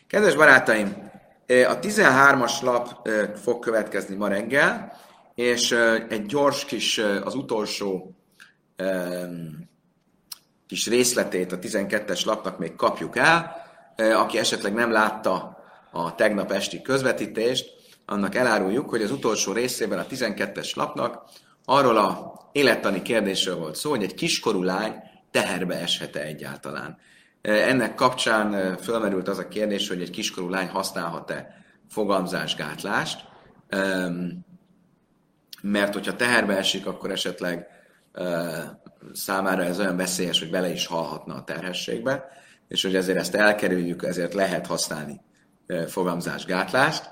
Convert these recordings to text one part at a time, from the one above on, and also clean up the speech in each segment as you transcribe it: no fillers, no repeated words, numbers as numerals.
Kedves barátaim, a 13-as lap fog következni ma reggel, és egy gyors kis, az utolsó kis részletét a 12-es lapnak még kapjuk el. Aki esetleg nem látta a tegnap esti közvetítést, annak eláruljuk, hogy az utolsó részében a 12-es lapnak arról a élettani kérdésről volt szó, hogy egy kiskorú lány teherbe eshet-e egyáltalán. Ennek kapcsán fölmerült az a kérdés, hogy egy kiskorú lány használhat-e fogamzásgátlást, mert hogyha teherbe esik, akkor esetleg számára ez olyan veszélyes, hogy bele is halhatna a terhességbe, és hogy ezért ezt elkerüljük, ezért lehet használni fogamzásgátlást.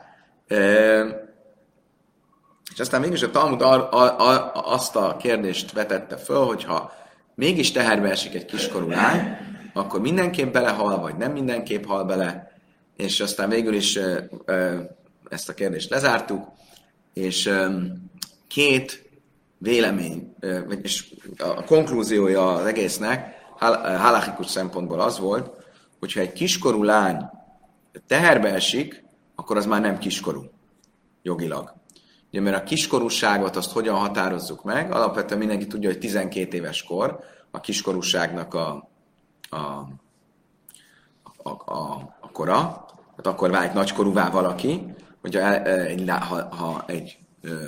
És aztán mégis a Talmud azt a kérdést vetette föl, hogyha mégis teherbe esik egy kiskorú lány, akkor mindenképp belehal, vagy nem mindenképp hal bele, és aztán végül is ezt a kérdést lezártuk, és két vélemény, és a konklúziója az egésznek halachikus szempontból az volt, hogyha egy kiskorú lány teherbe esik, akkor az már nem kiskorú, jogilag. Ugye, mert a kiskorúságot azt hogyan határozzuk meg? Alapvetően mindenki tudja, hogy 12 éves kor a kiskorúságnak a kora, hát akkor válik nagykorúvá valaki, ha egy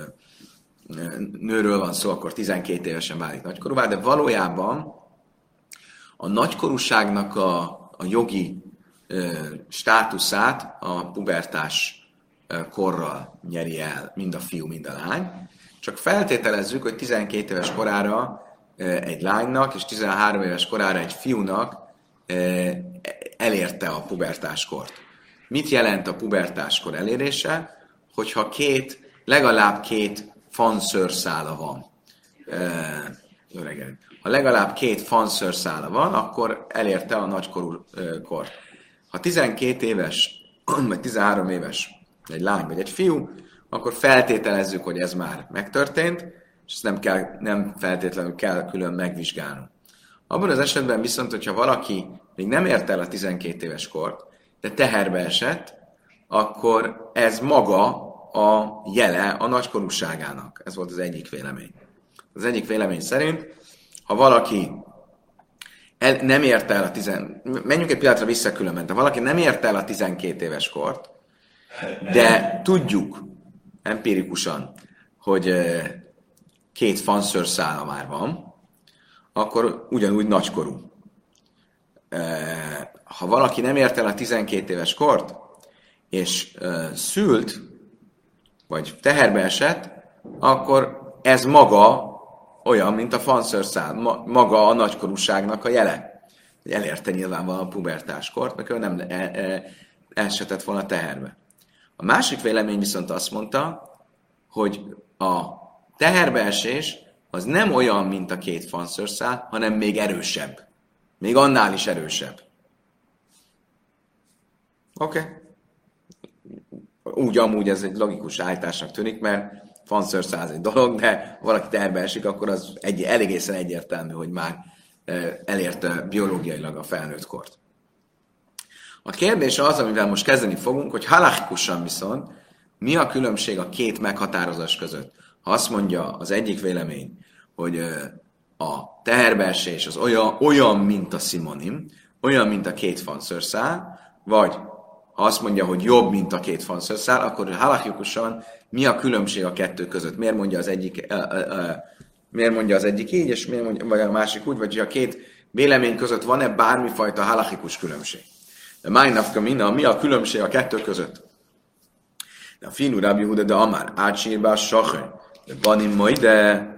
nőről van szó, akkor 12 évesen válik nagykorúvá, de valójában a nagykorúságnak a jogi státuszát a pubertás korral nyeri el mind a fiú, mind a lány. Csak feltételezzük, hogy 12 éves korára egy lánynak, és 13 éves korára egy fiúnak elérte a pubertáskort. Mit jelent a pubertáskor elérése? Hogyha legalább két fanszőrszála van. Ha legalább két fanszőrszála van, akkor elérte a nagykorú kort. Ha 12 éves, vagy 13 éves egy lány vagy egy fiú, akkor feltételezzük, hogy ez már megtörtént, és ezt nem feltétlenül kell külön megvizsgálni. Abban az esetben viszont, hogyha valaki még nem ért el a 12 éves kort, de teherbe esett, akkor ez maga a jele a nagykorúságának. Ez volt az egyik vélemény. Az egyik vélemény szerint, ha valaki nem ért el menjünk egy pillanatra vissza különben, ha valaki nem ért el a 12 éves kort, de tudjuk empirikusan, hogy két fanszőrszála már van, akkor ugyanúgy nagykorú. Ha valaki nem ért el a 12 éves kort, és szült, vagy teherbe esett, akkor ez maga olyan, mint a fanszőrszál, maga a nagykorúságnak a jele. Elérte nyilvánvalóan a pubertáskort, mert ő nem esetett volna teherbe. A másik vélemény viszont azt mondta, hogy a teherbeesés az nem olyan, mint a két fanszőrszál, hanem még erősebb. Még annál is erősebb. Oké. Úgy amúgy ez egy logikus állításnak tűnik, mert fanszőrszál egy dolog, de valaki teherbe esik, akkor az elégészen egyértelmű, hogy már elérte biológiailag a felnőtt kort. A kérdés az, amivel most kezdeni fogunk, hogy halachikusan viszont mi a különbség a két meghatározás között. Ha azt mondja az egyik vélemény, hogy a teherbeesés az olyan, mint a szimonim, olyan, mint a két fanszőrszál, vagy ha azt mondja, hogy jobb, mint a két fanszőrszál, akkor halachikusan mi a különbség a kettő között? Miért mondja az egyik így, és miért mondja, vagy a másik úgy, vagy hogy a két vélemény között van-e bármifajta halachikus különbség? De májnafka mina, mi a különbség a kettő között? De a finú Rabbi Huda de Amár, átsírba a sacher, de banim majde,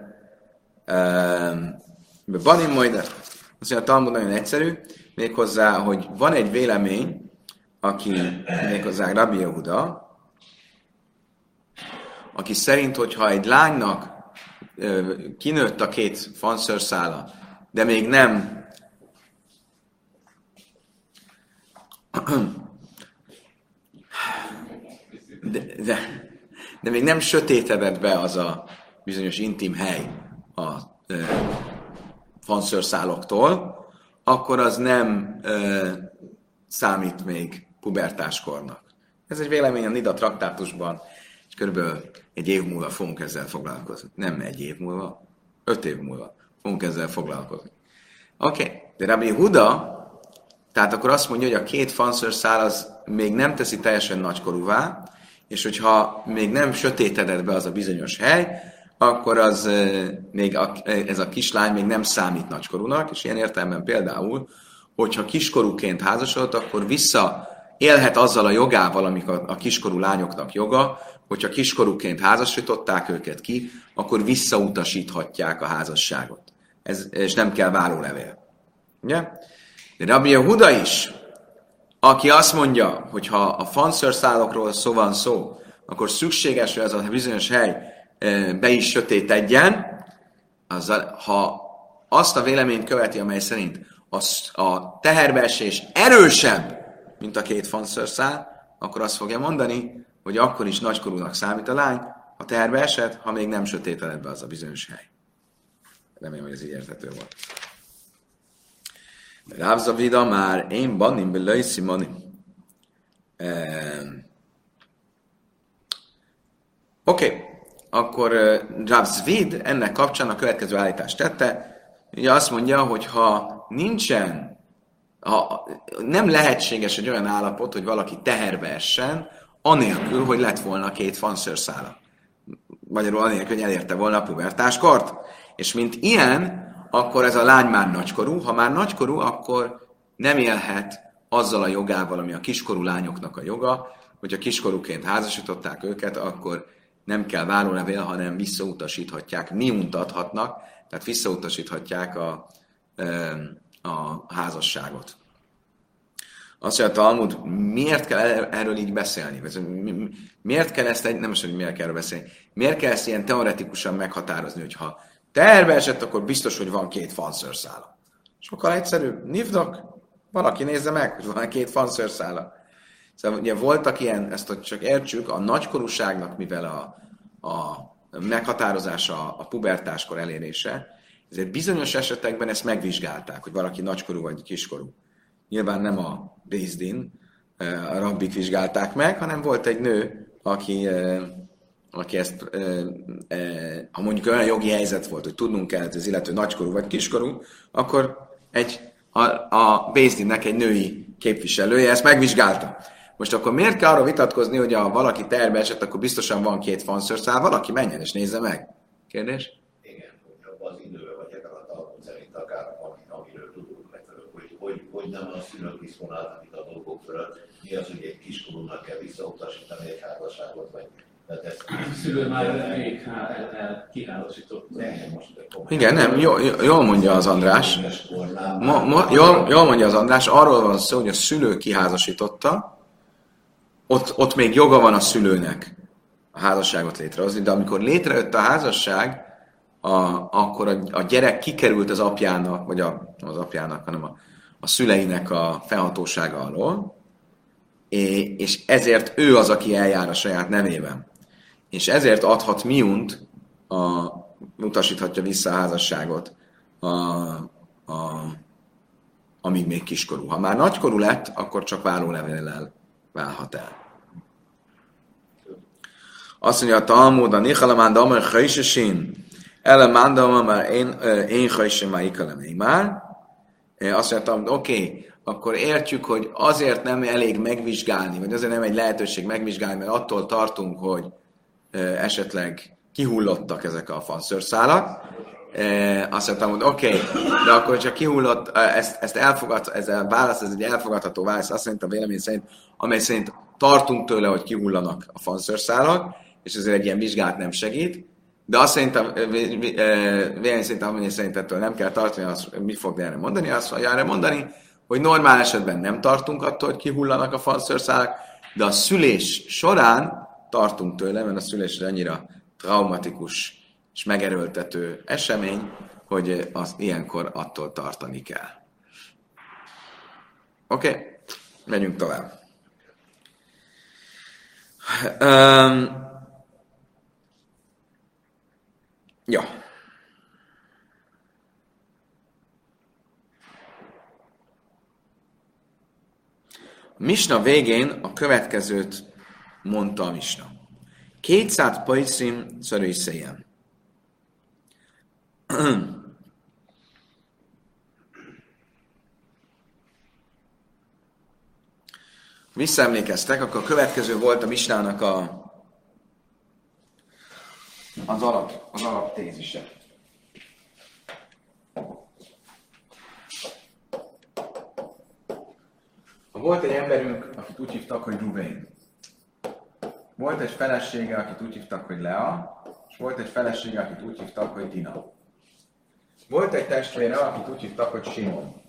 azt mondja, a Talmud nagyon egyszerű, méghozzá, hogy van egy vélemény, aki méghozzá Rabbi Huda, aki szerint, hogyha egy lánynak kinőtt a két fanszőrszála, de még nem de még nem sötétedett be az a bizonyos intim hely a fanszőrszáloktól, akkor az nem számít még pubertáskornak. Ez egy vélemény a Nida traktátusban, és körülbelül egy év múlva fogunk ezzel foglalkozni. Nem egy év múlva, 5 év múlva fogunk ezzel foglalkozni. Oké, de Rabbi Huda, tehát akkor azt mondja, hogy a 2 fanszőrszál az még nem teszi teljesen nagykorúvá, és hogyha még nem sötétedett be az a bizonyos hely, akkor az még ez a kislány még nem számít nagykorúnak, és ilyen értelemben például, hogyha kiskorúként házasodott, akkor élhet azzal a jogával, amik a kiskorú lányoknak joga, hogyha kiskorúként házasították őket ki, akkor visszautasíthatják a házasságot. És nem kell várólevél. Ugye? De Rabbi Yehuda is, aki azt mondja, hogy ha a fanszőrszálokról van szó, akkor szükséges, hogy ez a bizonyos hely be is sötétedjen, ha azt a véleményt követi, amely szerint a teherbeesés erősebb, mint a 2 fanszőrszál, akkor azt fogja mondani, hogy akkor is nagykorúnak számít a lány, ha teherbe esett, ha még nem sötétedett be az a bizonyos hely. Remélem, hogy ez így érthető volt. Rav Zavida már én banim belői simoni. Oké, akkor Rav Zvid ennek kapcsán a következő állítást tette. Ugye azt mondja, hogy ha nem lehetséges egy olyan állapot, hogy valaki teherbe essen, anélkül, hogy lett volna 2 fanszőrszála. Magyarul anélkül, hogy elérte volna a pubertáskort. És mint ilyen, akkor ez a lány már nagykorú. Ha már nagykorú, akkor nem élhet azzal a jogával, ami a kiskorú lányoknak a joga, hogyha kiskorúként házasították őket, akkor nem kell várólevél, hanem visszautasíthatják, miuntathatnak, tehát visszautasíthatják a házasságot. Azt mondja a Talmud, miért kell erről így beszélni? Miért kell ezt, nem most, hogy miért kell erről beszélni, miért kell ezt ilyen teoretikusan meghatározni, hogy ha teherbe esett, akkor biztos, hogy van 2 fanszőrszála. Sokkal egyszerűbb. Nivdok, valaki nézze meg, hogy van 2 fanszőrszála. Szóval ugye voltak ilyen, ezt hogy csak értsük, a nagykorúságnak, mivel a meghatározása a pubertáskor elérése, ezért bizonyos esetekben ezt megvizsgálták, hogy valaki nagykorú vagy kiskorú. Nyilván nem a Bézdin, a rabbik vizsgálták meg, hanem volt egy nő, aki ezt, ha mondjuk olyan jogi helyzet volt, hogy tudnunk kellett, hogy az illető nagykorú vagy kiskorú, akkor a Bézdinnek egy női képviselője ezt megvizsgálta. Most akkor miért kell arra vitatkozni, hogy ha valaki terbe esett, akkor biztosan van 2 fanszőrszál, valaki menjen és nézze meg. Kérdés? Igen, hogy abban az időben, vagy ebben a talpon szerint akár, amiről tudunk, hogy nem a szülők diszponálnak itt a dolgok fölött, mi az, hogy egy kiskorúnak kell visszautasítani egy házasságot, vagy a szülő már rég kiházasított. Igen, nem, jól mondja az András. Jól mondja az András, arról van szó, hogy a szülő kiházasította, ott még joga van a szülőnek a házasságot létrehozni, de amikor létrejött a házasság, akkor a gyerek kikerült az apjának, vagy nem az apjának, hanem a szüleinek a felhatósága alól, és ezért ő az, aki eljár a saját nevében. És ezért adhat miunt, utasíthatja vissza a házasságot, amíg még kiskorú. Ha már nagykorú lett, akkor csak várólevéllel válhat el. Azt mondja a Talmud, a Nichalamán Damar Chaisesin, Elemán Damar én Chaisem már Ikalem már. Azt mondja a Talmud, oké, akkor értjük, hogy azért nem elég megvizsgálni, vagy azért nem egy lehetőség megvizsgálni, mert attól tartunk, hogy esetleg kihullottak ezek a fanszőrszálak. Azt mondtam, hogy oké, de akkor csak kihullott, ez a válasz, ez egy elfogadható válasz, azt szerint a vélemény szerint, amely szerint tartunk tőle, hogy kihullanak a fanszőrszálak, és ezért egy ilyen vizsgálat nem segít, de azt szerint a vélemény szerint, amely szerint ettől nem kell tartani, azt mit fog erre mondani? Azt fogja erre mondani, hogy normál esetben nem tartunk attól, hogy kihullanak a fanszőrszálak, de a szülés során tartunk tőle, mert a szülés annyira traumatikus és megerőltető esemény, hogy azt ilyenkor attól tartani kell. Oké, megyünk tovább. Ja. Misna végén a következőt mondta a Misna. 200 pajszim szörőszéjen. Visszaemlékeztek, akkor a következő volt a Misnának az alaptézise. Volt egy emberünk, akit úgy hívtak, hogy Ruvén. Volt egy felesége, akit úgy hívtak, hogy Lea, és volt egy felesége, akit úgy hívtak, hogy Dina. Volt egy testvére, akit úgy hívtak, hogy Simon.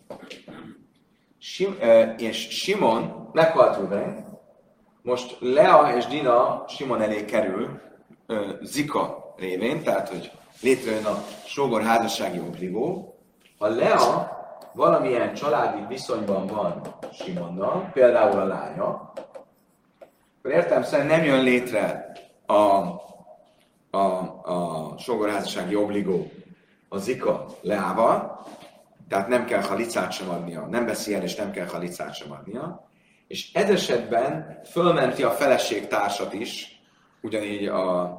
És Simon meghalt Ruvén. Most Lea és Dina Simon elé kerül Zika révén, tehát hogy létrejön a sógor házassági obligó. Ha Lea valamilyen családi viszonyban van Simonnal, például a lánya, akkor értelemszerűen nem jön létre a sógorházassági obligó a Zika Leával, tehát nem kell halicát sem adnia, nem veszi el és nem kell halicát sem adnia, és ez esetben fölmenti a feleségtársat is, ugyanígy a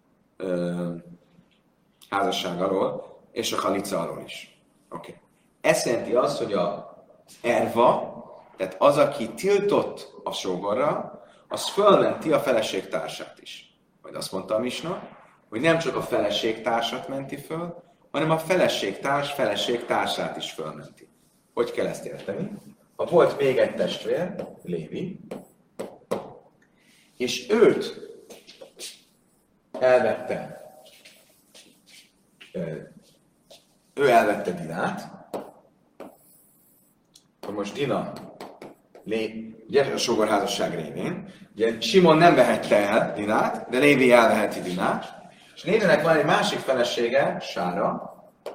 házasság alól, és a halica alól is. Okay. Ez jelenti azt, hogy az erva, tehát az, aki tiltott a sógorra, az fölmenti a feleségtársát is. Majd azt mondta a Misna, hogy nem csak a feleségtársat menti föl, hanem a feleségtársát is fölmenti. Hogy kell ezt érteni? Ha volt még egy testvér, Lévi, és őt ő elvette Dinát, akkor most Dina ugye a sógorházasság révén, ugye Simon nem vehette el Dinát, de Lévi elveheti Dinát, és Lévinek van egy másik felesége, Sára,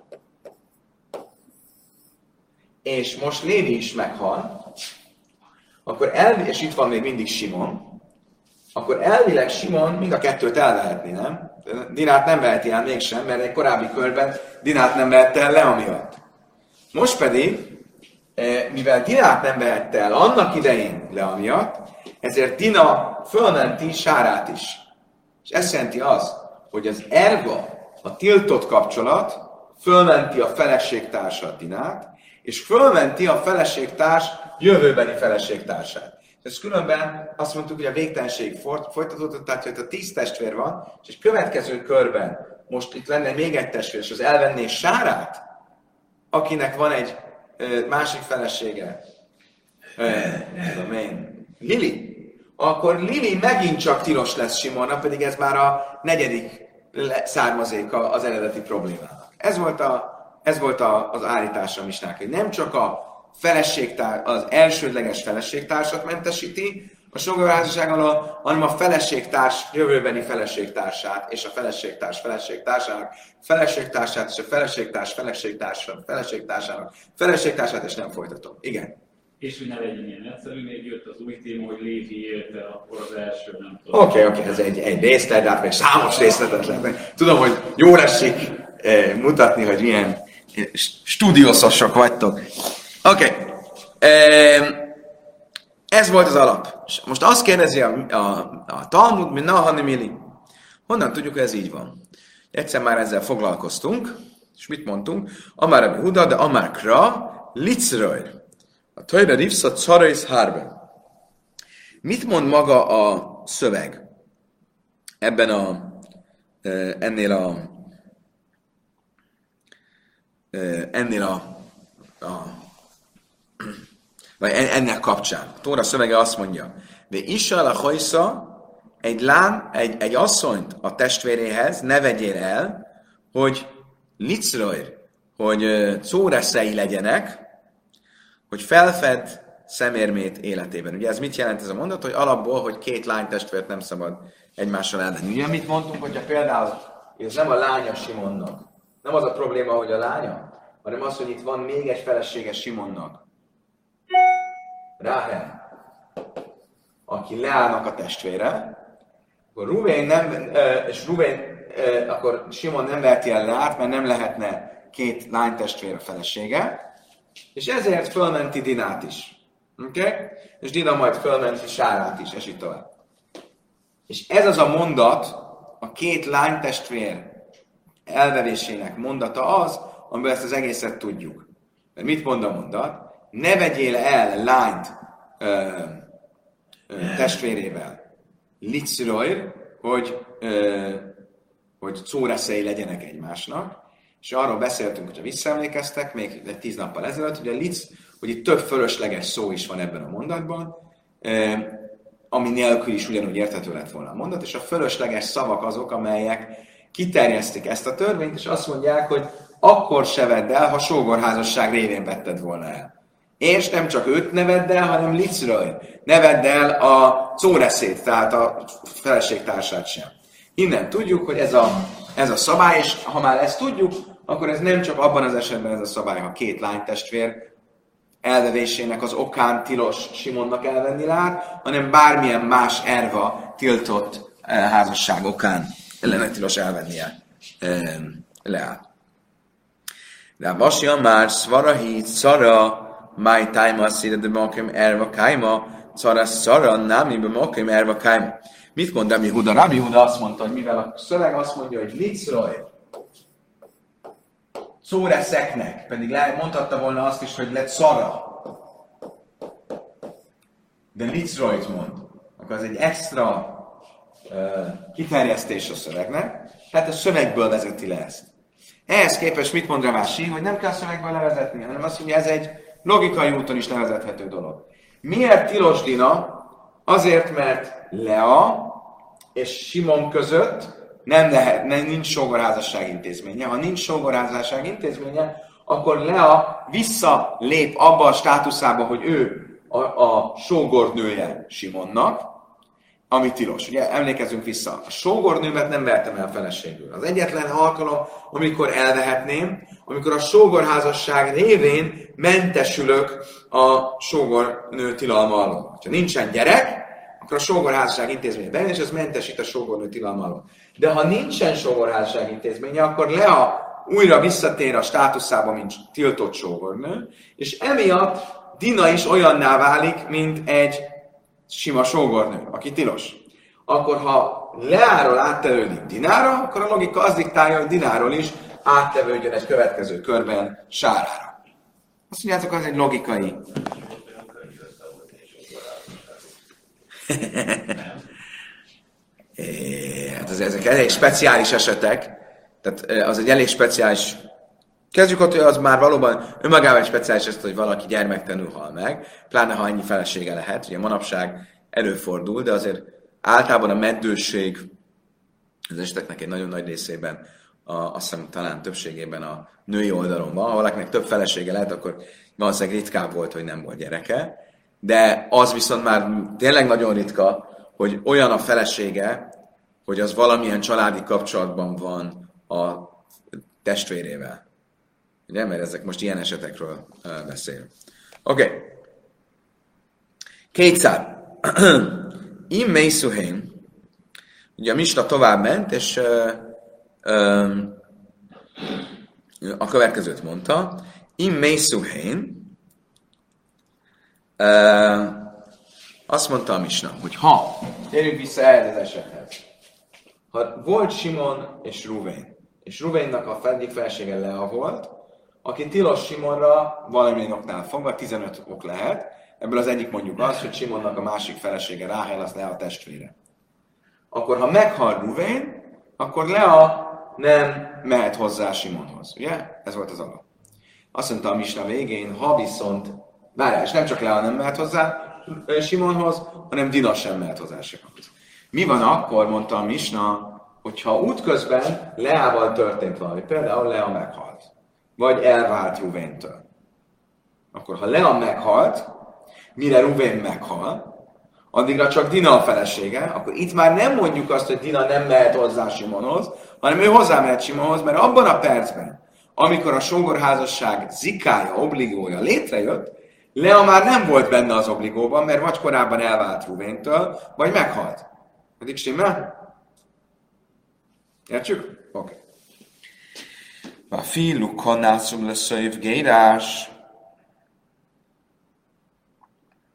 és most Lévi is meghal, akkor és itt van még mindig Simon, akkor elvileg Simon mind a kettőt elvehetni, nem? Dinát nem veheti el mégsem, mert egy korábbi körben Dinát nem vehette el Lea miatt. Most pedig, mivel Dinát nem vehette el annak idején Lea miatt, ezért Dina fölmenti Sárát is. És ez jelenti azt, hogy az erva, a tiltott kapcsolat fölmenti a feleségtársat Dinát, és fölmenti a feleségtárs jövőbeni feleségtársát. Ez különben azt mondtuk, hogy a végtelenség folytatódott, tehát hogy a 10 testvér van, és egy következő körben most itt lenne még egy testvér, és az elvenné Sárát, akinek van egy másik felesége, Lili, akkor Lili megint csak tilos lesz Simonnak, pedig ez már a 4. származéka az eredeti problémának. Ez volt az állítása a Misnának, hogy nem csak az elsődleges feleségtársat mentesíti a sógorházasság alól, hanem a feleségtárs jövőbeni feleségtársát, és a feleségtárs feleségtársának feleségtársát, és a feleségtársának feleségtársát, és nem folytatom. Igen. És hogy ne legyen ilyen egyszerű, még jött az új téma, hogy Lévi érte, akkor az első nem tudom. Oké, ez egy részlet, de hát még számos részletet lehet. Tudom, hogy jól esik mutatni, hogy milyen stúdiószosok vagytok. Oké. Ez volt az alap. Most azt kérdezi a Talmud, mint Nahanimili. Honnan tudjuk, hogy ez így van? Egyszer már ezzel foglalkoztunk, és mit mondtunk? Amár Rabbi Huda, de Amár Kra, Litzröjr. A Tojra Rivsza Czarajsz Harben. Mit mond maga a szöveg ennek kapcsán? A Tóra szövege azt mondja, de Issa a hajsza egy asszonyt a testvéréhez ne vegyél el, hogy licrojr, hogy czóreszei legyenek, hogy felfed szemérmét életében. Ugye ez mit jelent ez a mondat? Hogy alapból, hogy 2 lánytestvért nem szabad egymással elvenni. Ugye mit mondtunk, hogyha például ez nem a lánya Simonnak, nem az a probléma, hogy a lánya, hanem az, hogy itt van még egy felesége Simonnak. Ráhel, aki Leának a testvére, akkor akkor Simon nem veheti el Leát, mert nem lehetne 2 lánytestvér a felesége, és ezért fölmenti Dinát is. Oké? És Dina majd fölment Sárát is, és így tovább. És ez az a mondat, a két lánytestvér elvevésének mondata az, amiből ezt az egészet tudjuk. Mert mit mond a mondat? Ne vegyél el lányt testvérével. Licrojr, hogy szóreszei legyenek egymásnak. És arról beszéltünk, hogyha visszaemlékeztek, még 10 nappal ezelőtt, hogy itt több fölösleges szó is van ebben a mondatban, ami nélkül is ugyanúgy érthető lett volna a mondat, és a fölösleges szavak azok, amelyek kiterjesztik ezt a törvényt, és azt mondják, hogy akkor se vedd el, ha sógorházasság révén vetted volna el. És nem csak őt ne vedd el, hanem licroj, ne vedd el a córeszét, tehát a feleségtársát sem. Innen tudjuk, hogy ez a szabály, és ha már ezt tudjuk, akkor ez nem csak abban az esetben ez a szabály, ha két lánytestvér elvevésének az okán tilos Simonnak elvenni lát, hanem bármilyen más erva tiltott házasság okán lenne tilos elvennie leát. De a Vasja már szvarahi szara máj tájma szíre de makim erva kájma szara námi be makim erva kájma. Mit mond Rabbi Huda? Rabbi Huda azt mondta, hogy mivel a szöveg azt mondja, hogy licroj, szóreszeknek, pedig mondhatta volna azt is, hogy lett szara. De licrojt mond, akkor az egy extra kiterjesztés a szövegnek, tehát a szövegből vezeti le ezt. Ehhez képest mit mond Ravási, hogy nem kell a szövegből levezetni, hanem azt mondja, ez egy logikai úton is levezethető dolog. Miért tilos Dina? Azért, mert Lea és Simon között nincs sógorházasság intézménye. Ha nincs sógorházasság intézménye, akkor Lea visszalép abba a státuszába, hogy ő a sógornője Simonnak, ami tilos. Ugye emlékezzünk vissza, a sógornőmet nem vertem el feleségül. Az egyetlen alkalom, amikor elvehetném, amikor a sógorházasság révén mentesülök a sógornő tilalma alól. Ha nincsen gyerek, akkor a sógorházasság intézménye bejön, és ez mentesít a sógornő tilalma alól. De ha nincsen sógorházasság intézménye, akkor Lea újra visszatér a státuszába, mint tiltott sógornő, és emiatt Dina is olyanná válik, mint egy sima sógornő, aki tilos. Akkor ha Leáról áttevődik Dinára, akkor a logika az diktálja, hogy Dináról is áttevődjön egy következő körben Sárára. Azt mondjátok, az egy logikai. Hát ezek elég speciális esetek, tehát az egy elég speciális. Kezdjük ott, hogy az már valóban önmagában egy speciális eset, hogy valaki gyermektelenül hal meg, pláne ha ennyi felesége lehet. Ugye manapság előfordul, de azért általában a meddőség az eseteknek egy nagyon nagy részében, azt hiszem talán többségében a női oldalon van. Ha valakinek több felesége lehet, akkor valószínűleg ritkább volt, hogy nem volt gyereke. De az viszont már tényleg nagyon ritka, hogy olyan a felesége, hogy az valamilyen családi kapcsolatban van a testvérével. Ugye, mert ezek most ilyen esetekről beszél. Oké. Kétszer. Im Meiszuhén. Ugye a Misna tovább ment, és a következőt mondta. Im Meiszuhén. Azt mondta a Misna, hogy ha, térjünk vissza ehhez az esethez. Ha volt Simon és Ruvén, és Ruvénnak a egyik felesége Lea volt, aki tilos Simonra valamilyen oknál fogva, 15 ok lehet, ebből az egyik mondjuk az, hogy Simonnak a másik felesége Ráhel, az Lea testvére. Akkor ha meghal Ruvén, akkor Lea nem mehet hozzá Simonhoz. Ugye? Ez volt az alap. Azt mondta a Misna végén, ha viszont, várjál, és nem csak Lea nem mehet hozzá Simonhoz, hanem Dina sem mehet hozzá Simonhoz. Mi van akkor, mondta a Misna, hogyha útközben Leával történt valami, például Lea meghalt, vagy elvált Ruvéntől. Akkor ha Lea meghalt, mire Ruvén meghal, addigra csak Dina a felesége, akkor itt már nem mondjuk azt, hogy Dina nem mehet hozzá Simonhoz, hanem ő hozzá mehet Simonhoz, mert abban a percben, amikor a sógorházasság zikája, obligója létrejött, Lea már nem volt benne az obligóban, mert vagy korábban elvált Ruvéntől, vagy meghalt. Eddig stimmel? Értsük? Oké. A fiú konászum lesz a évgérás.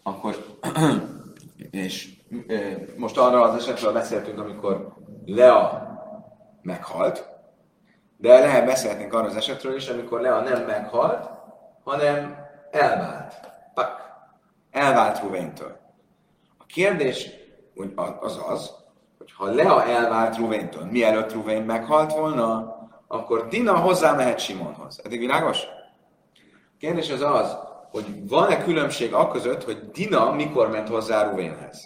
akkor, és most arra az esetről beszéltünk, amikor Lea meghalt, de lehet beszélhetnénk arra az esetről is, amikor Lea nem meghalt, hanem elvált. Elvált Ruvéntől. A kérdés az, hogy ha Lea elvált Ruvéntől, mielőtt Ruvén meghalt volna, akkor Dina hozzá mehet Simonhoz. Eddig világos? A kérdés az, hogy van-e különbség akközött, hogy Dina mikor ment hozzá Ruvénhez.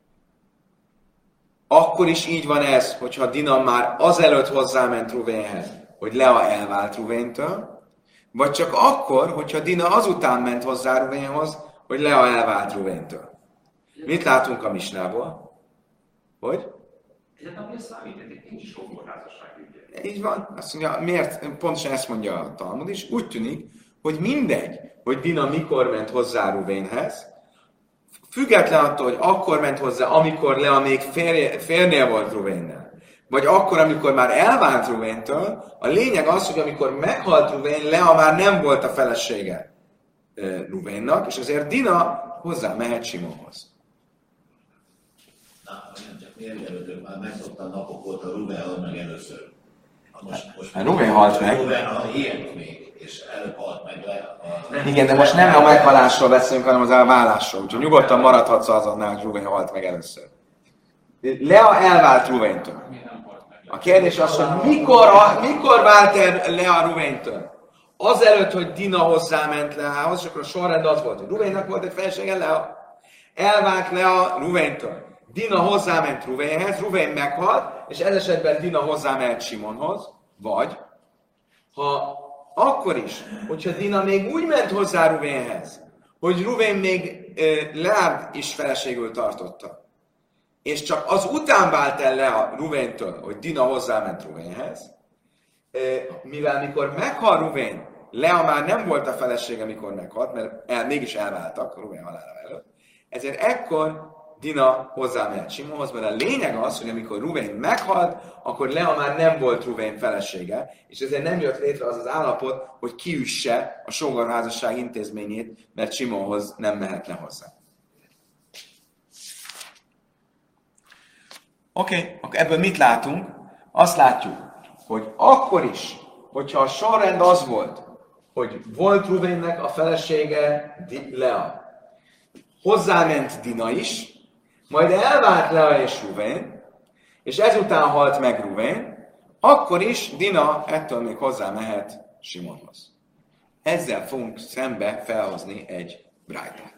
Akkor is így van ez, hogyha Dina már azelőtt hozzáment Ruvénhez, hogy Lea elvált Ruvéntől, vagy csak akkor, hogyha Dina azután ment hozzá Ruvénhoz, hogy Lea elvált Ruvéntől. Mit látunk a Misnából? Hogy? Egyetem, hogy számít, nincs sógorházasság ügye. Így van. Azt mondja, miért? Pontosan ezt mondja a Talmud is. Úgy tűnik, hogy mindegy, hogy Dina mikor ment hozzá Ruvénhez, független attól, hogy akkor ment hozzá, amikor Lea még férnél volt Ruvénnel, vagy akkor, amikor már elvált Ruvéntől, a lényeg az, hogy amikor meghalt Ruvén, Lea már nem volt a felesége Ruvénnak, és azért Dina hozzá mehet Simonhoz. Csak mielőtt már megszoktam napok óta Ruvén halt meg először. Most Ruvén halt meg. Ruvén élt még, és előbb halt meg le. Igen, de most nem a meghalásról beszélünk, hanem az elválásról. Úgyhogy nyugodtan maradhatsz azonnál, hogy Ruvén halt meg először. Lea elvált Ruvéntől. A kérdés az, hogy mikor vált el Lea Ruvéntől? Azelőtt, hogy Dina hozzáment Leához, és akkor a sorrend az volt, hogy Ruvénnak volt egy felesége, Lea. Elvált Lea Ruvéntől. Dina hozzáment Ruvénhez, Ruvén meghalt, és ez esetben Dina hozzáment Simonhoz, vagy ha akkor is, hogyha Dina még úgy ment hozzá Ruvénhez, hogy Ruvén még Leát is feleségül tartotta, és csak az után vált el Lea Ruvéntől, hogy Dina hozzáment Ruvénhez, mivel mikor meghal Ruvén, Lea már nem volt a felesége, mikor meghalt, mert mégis elváltak Ruvén halála előtt, ezért ekkor Dina hozzámehet Simonhoz, mert a lényeg az, hogy amikor Ruvén meghalt, akkor Lea már nem volt Ruvén felesége, és ezért nem jött létre az az állapot, hogy kiüsse a sógorházasság intézményét, mert Simonhoz nem mehet le hozzá. Oké, akkor ebből mit látunk? Azt látjuk, hogy akkor is, hogyha a sorrend az volt, hogy volt Ruvénnek a felesége Lea, hozzáment Dina is, majd elvált Lea és Ruvén, és ezután halt meg Ruvén, akkor is Dina ettől még hozzá mehet Simonhoz. Ezzel fogunk szembe felhozni egy brájtát.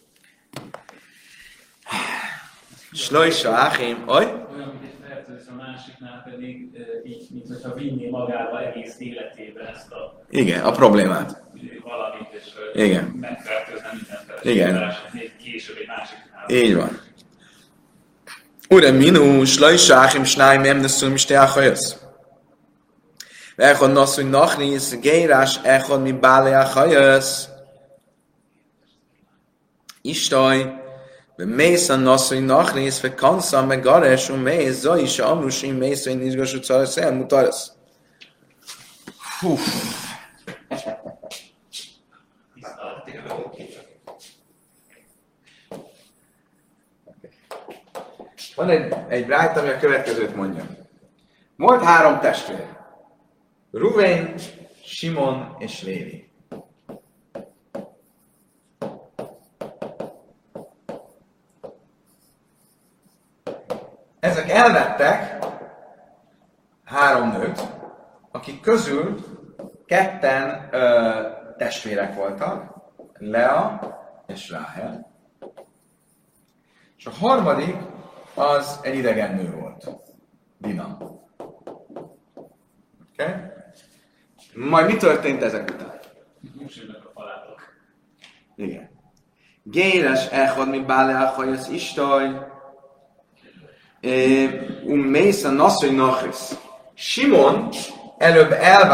Slojsa Áchém, olyan, mint egy fertőzés, a másiknál pedig így, mint hogyha vinné magával egész életében ezt a... Igen, a problémát. Valamit, és igen. Megfertőzne minden igen. Még később egy másiknál. Így van. Ure minu, Slojsa Áchém, Snáim, Emneszum, Isteáchajösz. Echon nasszony nachnisz, Gérás, echon mi Báleáchajösz. Istaj, mész a nasszony nachnéz, fe kansza meg gares, mész, zajisa amrusi, mész, hogy nizgasú carasz, elmutarasz. Van egy brájt, ami a következőt mondja. Volt 3 testvér. Ruvén, Simon és Lévi. Ezek elvettek 3 nőt, akik közül 2 testvérek voltak, Lea és Ráhel, és a harmadik az egy idegen nő volt, Dina. Okay? Majd mi történt ezek után? Húsülnek a falátok. Igen. Géres echad mi báleáchajasz istaj, mész a nasszony nachrisz. Simon előbb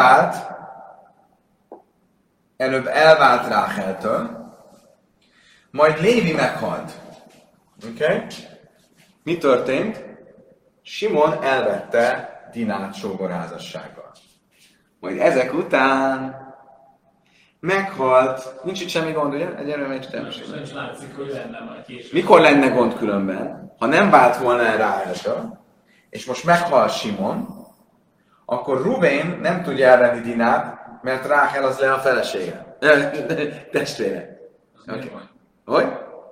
elvált Ráheltől, majd Lévi meghalt. Okay? Mi történt? Simon elvette Dinát sógorházassággal. Majd ezek után meghalt, nincs itt semmi gond, ugye? Egyelőre még természetesen. Sajnos látszik, hogy lenne majd később. Mikor lenne gond különben? Ha nem vált volna el Ráheltől, és most meghal Simon, akkor Rubén nem tudja elvenni Dinát, mert Ráhel az le a felesége. Testvére. Okay. Hogy?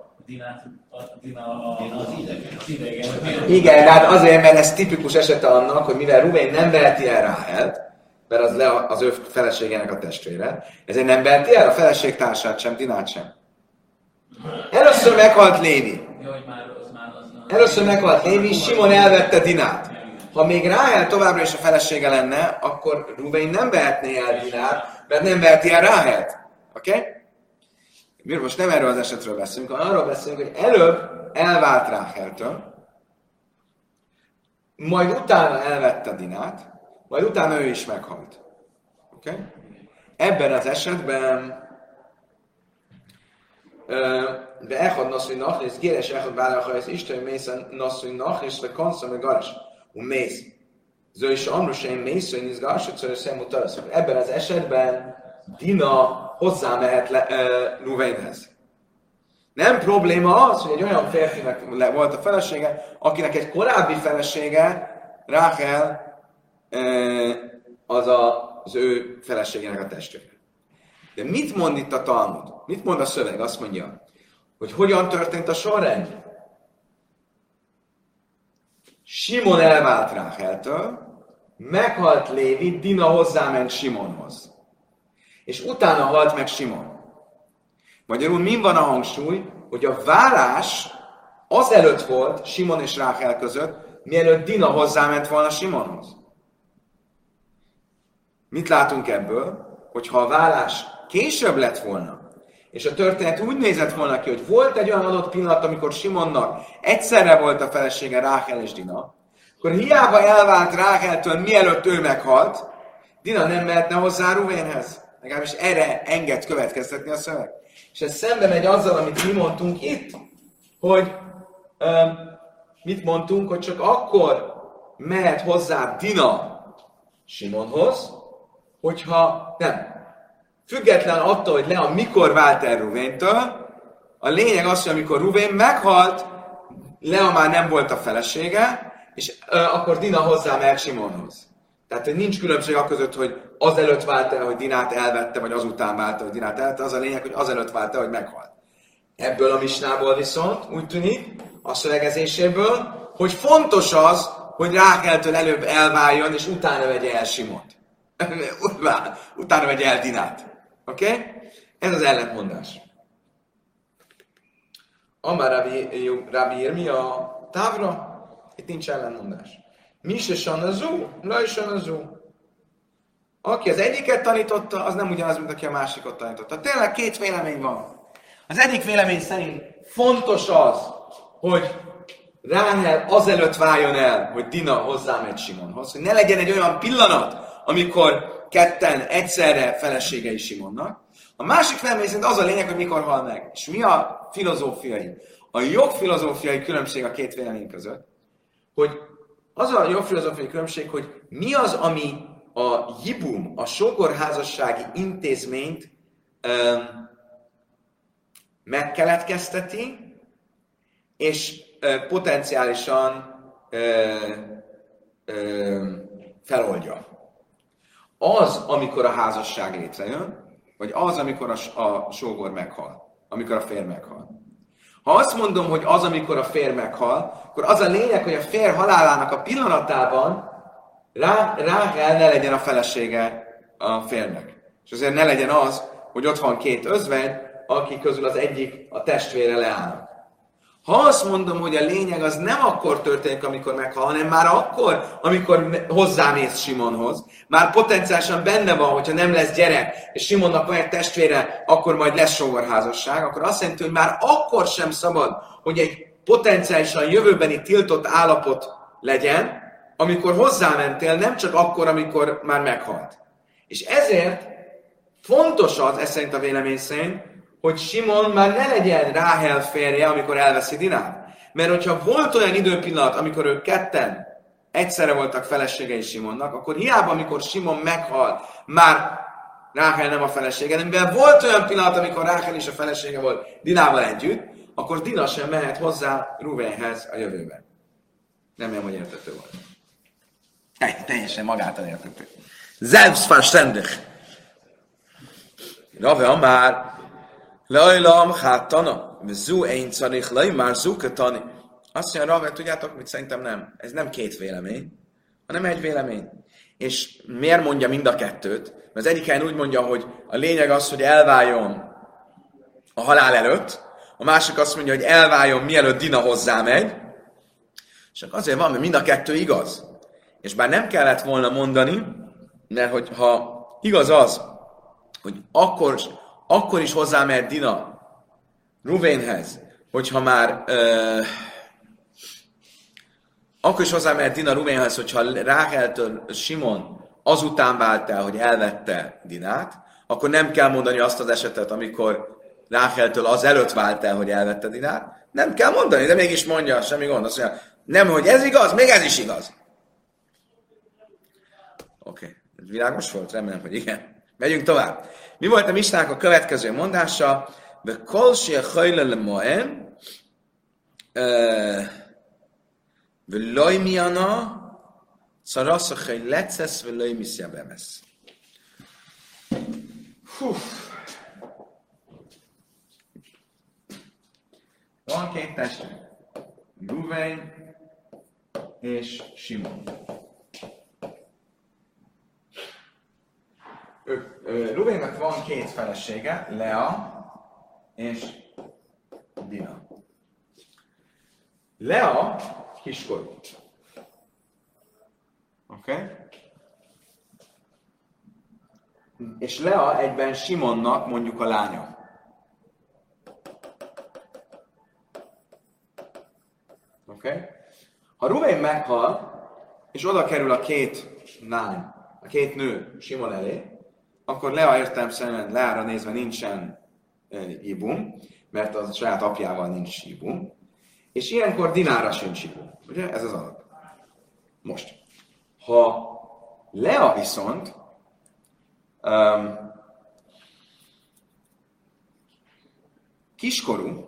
Dina az idegen. Igen, de hát azért, mert ez tipikus esete annak, hogy mivel Rubén nem veheti el Ráhelt, mert az le az ő feleségének a testvére, ezért nem veheti el a feleségtársát sem, Dinát sem. Először meghalt Lévi. Először meghalt Lévi, Simon elvette Dinát. Ha még Ráhel továbbra is a felesége lenne, akkor Rubén nem vehetné el Dinát, mert nem veheti el Ráhelt. Oké? Okay? Most nem erről az esetről beszélünk, hanem arról beszélünk, hogy előbb elvált Ráheltől, majd utána elvette Dinát, majd utána ő is meghalt. Oké? Okay? Ebben az esetben beechad naszúj nachnész, géres echad bálachaj, ez Isten mészen naszúj nachnész, vagy kansza meg garas. Mész. Zöld is amruseim mész, hogy izgásodszor szemutarasz. Ebben az esetben Dina hozzá mehet Ruvénhez. Nem probléma az, hogy egy olyan férfinek volt a felesége, akinek egy korábbi felesége, Ráhel, az ő feleségének a testvére. De mit mond itt a Talmud? Mit mond a szöveg? Azt mondja, hogy hogyan történt a sorrend? Simon elvált Ráheltől, meghalt Lévi, Dina hozzáment Simonhoz. És utána halt meg Simon. Magyarul min van a hangsúly, hogy a válás azelőtt volt Simon és Ráhel között, mielőtt Dina hozzáment volna Simonhoz. Mit látunk ebből? Hogyha a válás később lett volna, és a történet úgy nézett volna ki, hogy volt egy olyan adott pillanat, amikor Simonnak egyszerre volt a felesége Ráhel és Dina, akkor hiába elvált Ráheltől, mielőtt ő meghalt, Dina nem mehetne hozzá Ruvénhez. Legalábbis erre enged következtetni a szöveg. És ez szembe megy azzal, amit mi mondtunk itt, hogy mit mondtunk, hogy csak akkor mehet hozzá Dina Simonhoz, hogyha nem. Független attól, hogy Lea mikor vált el Ruvéntől, a lényeg az, hogy amikor Ruvén meghalt, Lea már nem volt a felesége, és akkor Dina hozzá mehet Simonhoz. Tehát, hogy nincs különbség a között, hogy azelőtt vált el, hogy Dinát elvette, vagy azután vált el, hogy Dinát elvette, az a lényeg, hogy azelőtt vált el, hogy meghalt. Ebből a misnából viszont úgy tűnik, a szövegezéséből, hogy fontos az, hogy Ráheltől előbb elváljon, és utána vegye el Simont. Utána vegye el Dinát. Oké? Okay? Ez az ellentmondás. Amár Rabbi Irmia távra, itt nincs ellentmondás. Mi se sanazú, la is sanazú. Aki az egyiket tanította, az nem ugyanaz, mint aki a másikot tanította. Tényleg két vélemény van. Az egyik vélemény szerint fontos az, hogy Ráhel azelőtt váljon el, hogy Dina hozzámegy Simonhoz, hogy ne legyen egy olyan pillanat, amikor ketten egyszerre feleségei Simonnak. A másik vélemény szerint az a lényeg, hogy mikor hal meg. És mi a filozófiai? A jogfilozófiai különbség a két vélemény között, hogy az a jogfilozófiai különbség, hogy mi az, ami a jibum, a sógorházassági intézményt megkeletkezteti, és potenciálisan feloldja. Az, amikor a házasság létrejön, vagy az, amikor a sógor meghal, amikor a férj meghal. Ha azt mondom, hogy az, amikor a férj meghal, akkor az a lényeg, hogy a férj halálának a pillanatában Ráhel ne legyen a felesége a férjnek. És azért ne legyen az, hogy ott van két özvegy, akik közül az egyik a testvére leállnak. Ha azt mondom, hogy a lényeg az nem akkor történik, amikor meghal, hanem már akkor, amikor hozzámész Simonhoz, már potenciálisan benne van, hogyha nem lesz gyerek, és Simonnak van egy testvére, akkor majd lesz sógorházasság, akkor azt jelenti, hogy már akkor sem szabad, hogy egy potenciálisan jövőbeni tiltott állapot legyen, amikor hozzámentél, nem csak akkor, amikor már meghalt. És ezért fontos az, ez szerint a vélemény szerint, hogy Simon már ne legyen Ráhel férje, amikor elveszi Dinát. Mert hogyha volt olyan időpillanat, amikor ők ketten egyszerre voltak feleségei Simonnak, akkor hiába, amikor Simon meghal, már Ráhel nem a felesége, de mivel volt olyan pillanat, amikor Ráhel is a felesége volt Dinával együtt, akkor Dina sem mehet hozzá Ruvénhez a jövőben. Remélem, hogy értető volt. Teljesen magától értető. Selbstverständlich. Rave Amár, Lajlam hátana, zu ein carich laj, már zukatani. Azt mondja, Rave, tudjátok, mit szerintem nem. Ez nem két vélemény, hanem egy vélemény. És miért mondja mind a kettőt? Mert az egyik helyen úgy mondja, hogy a lényeg az, hogy elváljon a halál előtt, a másik azt mondja, hogy elváljon, mielőtt Dina hozzámegy, és azért van, mert mind a kettő igaz. És bár nem kellett volna mondani, mert hogyha igaz az, hogy akkor is hozzámehet Dina Ruvénhez, hogyha már akkor is hozzámehet Dina Ruvénhez, hogyha Ráheltől Simon azután vált el, hogy elvette Dinát, akkor nem kell mondani azt az esetet, amikor Ráheltől az előtt vált el, hogy elvette Dinát. Nem kell mondani, de mégis mondja, semmi gond. Azt mondja, nem, hogy ez igaz, még ez is igaz. Oké. Ez világos volt? Remélem, hogy igen. Megyünk tovább. Mi volt a Misnának a következő mondása? Ve kolsi a hajle le moen ve lojmiana szarasz a haj lecesz ve lojmiszja bemesz. Van két testvér. Ruvén és Simon. Ruvénnek van két felesége, Lea és Dina. Lea kiskorú. Oké? És Lea egyben Simonnak mondjuk a lánya. Oké? Ha Ruvén meghal, és oda kerül a két lány, a két nő Simon elé, akkor Lea értelemszerűen Leára nézve nincsen ibum, mert a saját apjával nincs ibum, és ilyenkor Dinára sincs ibum. Ugye? Ez az alap. Most, ha Lea viszont kiskorú,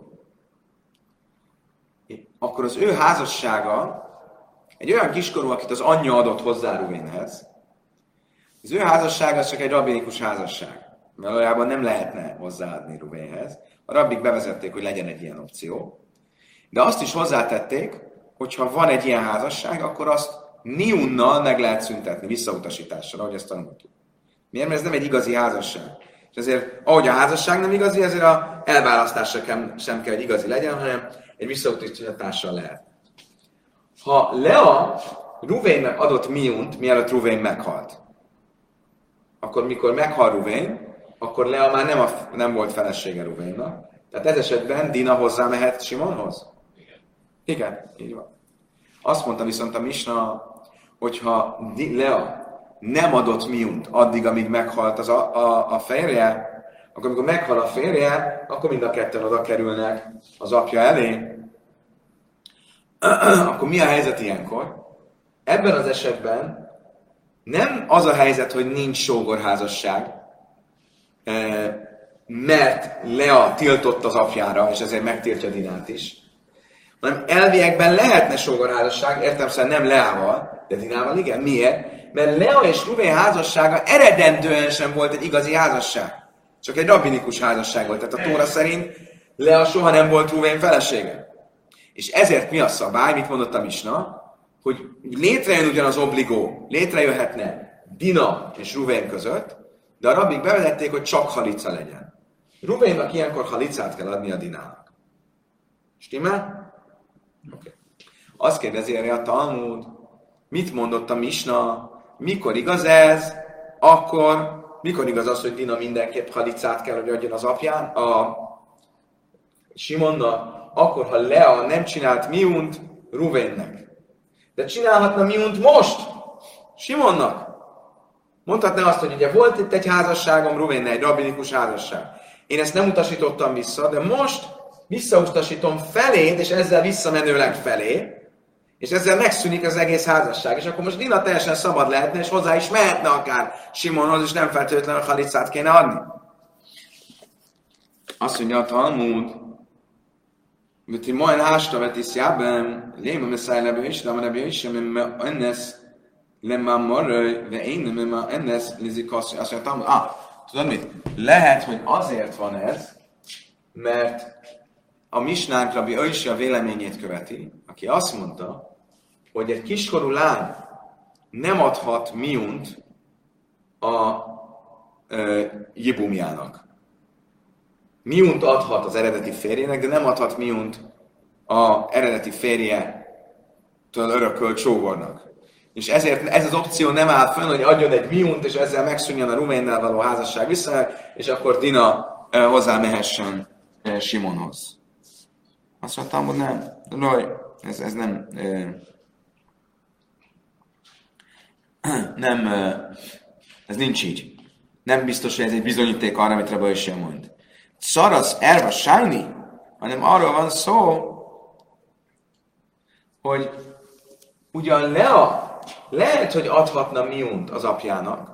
akkor az ő házassága egy olyan kiskorú, akit az anyja adott hozzá Ruvénhez, az ő házassága az csak egy rabbinikus házasság. Valójában nem lehetne hozzáadni Ruvénhez. A rabbik bevezették, hogy legyen egy ilyen opció. De azt is hozzátették, hogy ha van egy ilyen házasság, akkor azt niunnal meg lehet szüntetni, visszautasítással, ahogy ezt tanultuk. Miért? Mert ez nem egy igazi házasság. És ezért, ahogy a házasság nem igazi, ezért a elválasztásra sem kell, hogy igazi legyen, hanem egy visszautasítással lehet. Ha Lea Ruvénnek adott miunt, mielőtt Ruvén meghalt, akkor mikor meghal Ruvén, akkor Lea már nem volt felesége Ruvénnak. Tehát ez esetben Dina hozzá mehet Simonhoz? Igen, így van. Azt mondta viszont a Misna, hogyha Lea nem adott miunt addig, amíg meghalt a férje, akkor amikor meghal a férje, akkor mind a ketten oda kerülnek az apja elé. Akkor mi a helyzet ilyenkor? Ebben az esetben nem az a helyzet, hogy nincs sógorházasság, mert Lea tiltott az apjára, és ezért megtiltja Dinát is, hanem elviekben lehetne sógorházasság, értelemszerűen nem Leával, de Dinával igen. Miért? Mert Lea és Ruvén házassága eredendően sem volt egy igazi házasság. Csak egy rabbinikus házasság volt. Tehát a Tóra szerint Lea soha nem volt Ruvén felesége. És ezért mi a szabály, mit mondott a Misna, hogy létrejön ugyan az obligó, létrejöhetne Dina és Ruvén között, de a rabbik bevezették, hogy csak halica legyen. Ruvénnak ilyenkor halicát kell adni a Dinának. Stimmel? Okay. Azt kérdezi erre a Talmud, mit mondott a Misna, mikor igaz ez, akkor mikor igaz az, hogy Dina mindenképp halicát kell, hogy adjon az apján, a Simonnak, akkor, ha Lea nem csinált miunt Ruvénnek. De csinálhatna miunt most Simonnak. Mondhatná azt, hogy ugye volt itt egy házasságom Ruvénnel, egy rabbinikus házasság. Én ezt nem utasítottam vissza, de most visszautasítom feléd, és ezzel visszamenőleg felé, És ezzel megszűnik az egész házasság. És akkor most Dina teljesen szabad lehetne, és hozzá is mehetne akár Simonhoz, és nem feltétlenül halicát kéne adni. Azt mondja a Talmud, hogy majd hásta vetis jábben, léma meszájlebe is, de amire is, mert ennesz lemma marra, de én nem ennesz lizik azt mondja a Talmud. Tudod mit? Lehet, hogy azért van ez, mert a misnánk Rabbi Oishia véleményét követi, aki azt mondta, hogy egy kiskorú lány nem adhat miunt a jibumjának. Miunt adhat az eredeti férjének, de nem adhat miunt az eredeti férje-től örökölt sógornak. És ezért ez az opció nem áll fönn, hogy adjon egy miunt, és ezzel megszűnjen a Ruvénnel való házasság vissza, és akkor Dina hozzámehessen Simonhoz. Azt mondtam, hogy nem. Raj, ez nem... nem... Ez nincs így. Nem biztos, hogy ez egy bizonyíték arra, amit Rabbi is mond. Szarasz erva sájni, hanem arról van szó, hogy ugyan Lea lehet, hogy adhatna miunt az apjának,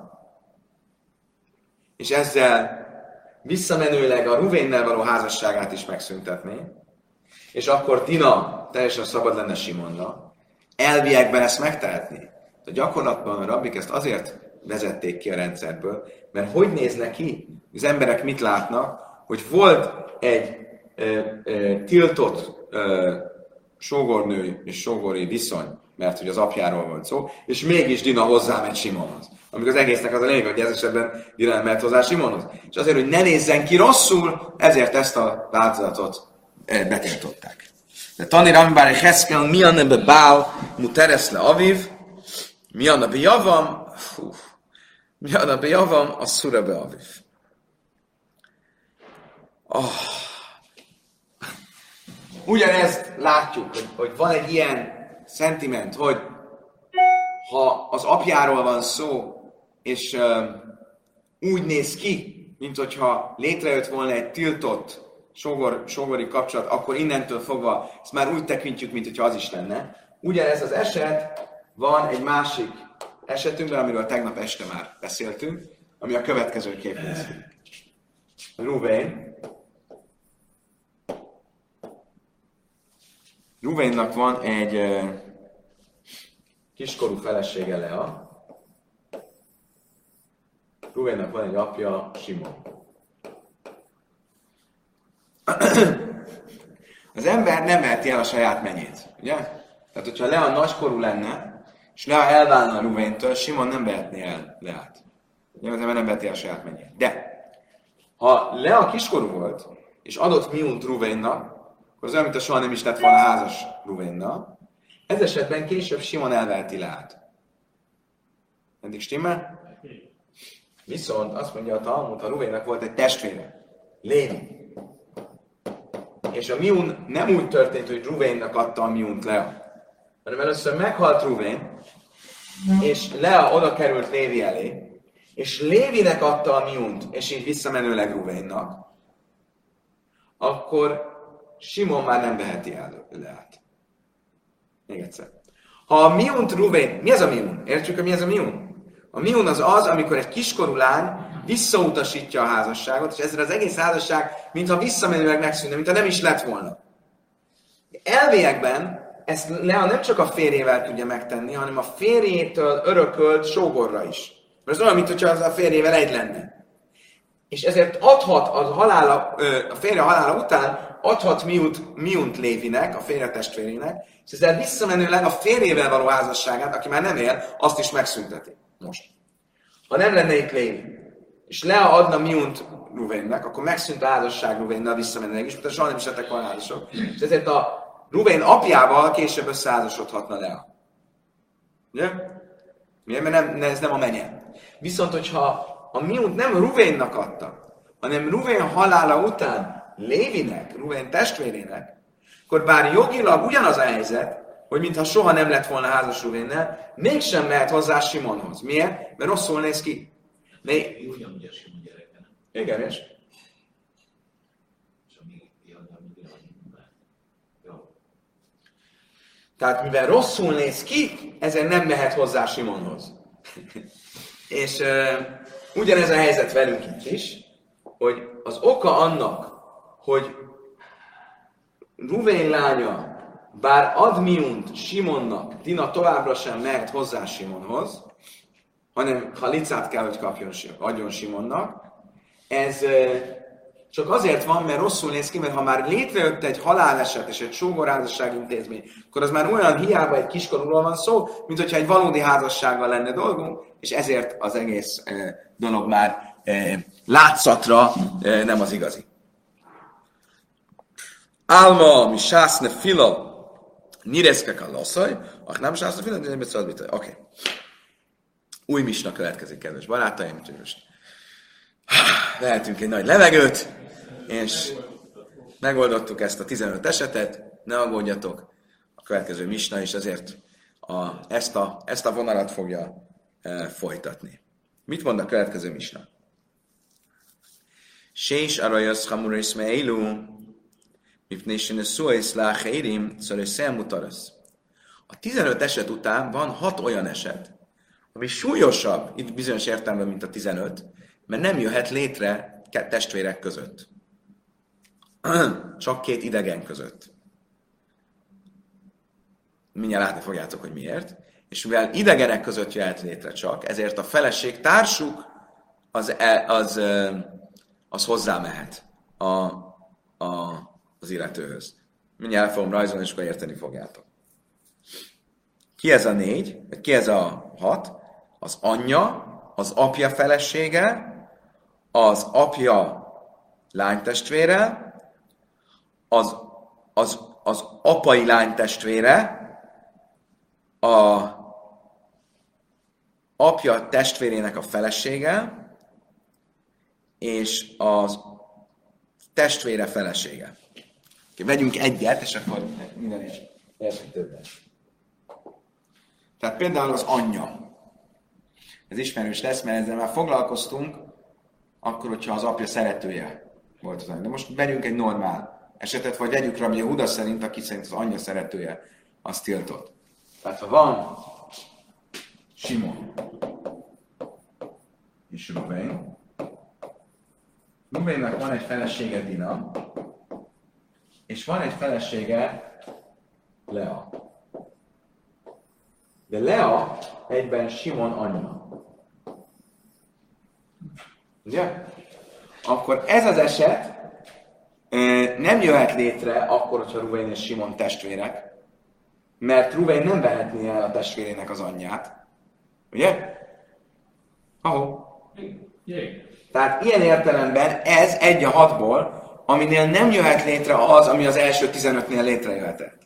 és ezzel visszamenőleg a Ruvénnel való házasságát is megszüntetné, és akkor Dina teljesen szabad lenne Simonnal. Elviekben ezt megtehetné. De gyakorlatban a rabbik ezt azért vezették ki a rendszerből, mert hogy néz neki, az emberek mit látnak, hogy volt egy tiltott sógornő és sógori viszony, mert hogy az apjáról volt szó, és mégis Dina hozzáment Simonhoz. Amikor az egésznek az a lényeg, hogy ez esetben Dina nem mehet hozzá Simonhoz. És azért, hogy ne nézzen ki rosszul, ezért ezt a változatot betiltották. De Tani Rambári Heszkel, mi a nebe bál, muteres le aviv, mi a nebe javam, a szura be aviv. Ugyanezt látjuk, hogy van egy ilyen szentiment, hogy ha az apjáról van szó, és úgy néz ki, mint hogyha létrejött volna egy tiltott sógori kapcsolat, akkor innentől fogva ezt már úgy tekintjük, mint hogyha az is lenne. Ugyanez az eset van egy másik esetünkben, amiről tegnap este már beszéltünk, ami a következőképp néz ki. Ruvénnak van egy kiskorú felesége Lea. Ruvénnak van egy apja, Simon. Az ember nem veheti el a saját menyét, ugye? Tehát, hogyha Lea nagykorú lenne, és Lea elválna a Ruvéntől, Simon nem vehetné el Leát. Ugye, az ember nem veheti el a saját menyét. De, ha Lea kiskorú volt, és adott miunt Ruvénnak, akkor az olyan, mint soha nem is lett volna házas Ruvénnal. Ez esetben később Simon elveheti Leát. Eddig stimmel? Viszont azt mondja a Talmud, ha Ruvénnak volt egy testvére, Lévi, és a miun nem úgy történt, hogy Ruvénnak adta a miunt Lea, hanem először meghalt Ruvén, és Lea oda került Lévi elé, és Lévinek adta a miunt, és így visszamenőleg Ruvénnak, akkor Simon már nem veheti el Leát. Még egyszer. Ha a miunt Ruvén, mi ez a miun? Értjük, hogy mi ez a miun? A miun az, amikor egy kiskorú lány visszautasítja a házasságot, és ezzel az egész házasság, mintha visszamenőleg megszűnne, mintha nem is lett volna. Elviekben ezt Lea nem csak a férjével tudja megtenni, hanem a férjétől örökölt sógorra is. Mert ez olyan, mintha az a férjével egy lenne. És ezért adhat a férje halála után adhat miunt Lévinek, a férje testvérének, és ezzel visszamenőleg a férjével való házasságát, aki már nem él, azt is megszünteti. Most. Ha nem lenne itt Lévi, és Lea adna miunt Ruvénnek, akkor megszűnt a házasság Ruvénnel visszamenőleg is, mert soha nem is lettek volna házasok. És ezért a Ruvén apjával később összeházasodhatna Lea. Ugye? Miért? Mert ez nem a menye. Viszont, hogyha a miunt nem Ruvénnak adta, hanem Ruvén halála után Lévinek, Ruvén testvérének, akkor bár jogilag ugyanaz a helyzet, hogy mintha soha nem lett volna házas Ruvénnel, mégsem mehet hozzá Simonhoz. Miért? Mert rosszul néz ki. Ugyanúgy a Simon gyereke, nem? Igen, és? És a mi fiadnak jó. Tehát mivel rosszul néz ki, ezért nem mehet hozzá Simonhoz. És ugyanez a helyzet velünk itt is, hogy az oka annak, hogy Ruvén lánya bár ad miunt Simonnak, Dina továbbra sem mehet hozzá Simonhoz, hanem halicát kell, hogy adjon Simonnak. Ez csak azért van, mert rosszul néz ki, mert ha már létrejött egy haláleset és egy sógorházasság intézmény, akkor az már olyan hiába egy kiskorúról van szó, mint hogyha egy valódi házassággal lenne dolgunk, és ezért az egész dolog már látszatra nem az igazi. Álma, mi sászne fila, nireszkek a lasszaj, nem sászne fila, nem beszélvitaj. Oké. Új misna következik, kedves barátaim, úgyhogy most vehetünk egy nagy levegőt, és megoldottuk ezt a 15 esetet, ne aggódjatok, a következő misna is azért ezt a vonalat fogja folytatni. Mit mond a következő misna? Sés arajasz hamurész meilu, mipnésine szóész láhérim, szóval szemutarasz. A 15 eset után van 6 olyan eset, ami súlyosabb, itt bizonyos értelemben, mint a 15, mert nem jöhet létre testvérek között. Csak 2 idegen között. Mindjárt látni fogjátok, hogy miért. És mivel idegenek között jöhet létre csak, ezért a feleség társuk az hozzámehet az illetőhöz. Mindjárt el fogom rajzolni, és akkor érteni fogjátok. Ki ez a 4, vagy ki ez a 6? Az anyja, az apja felesége, az apja lánytestvére, az apai lánytestvére, a apja testvérének a felesége, és az testvére felesége. Vegyünk egyet, és akkor minden is érthetőbb. Tehát például az anyja. Ez ismerős lesz, mert ezzel már foglalkoztunk, akkor, hogyha az apja szeretője volt az anyja. De most vegyünk egy normál esetet, vagy vegyük Rabbi Yehuda szerint, aki szerint az anyja szeretője, az tiltott. Tehát ha van Simon és Ruvén, Ruvénnak van egy felesége Dina, és van egy felesége Lea. De Lea egyben Simon anyja. Ugye? Akkor ez az eset nem jöhet létre akkor, hogyha Ruvén és Simon testvérek, mert Ruvén nem vehetné el a testvérének az anyját. Ugye? Ahó. Tehát ilyen értelemben ez 1 a 6-ból, aminél nem jöhet létre az, ami az első 15-nél létrejöhetett.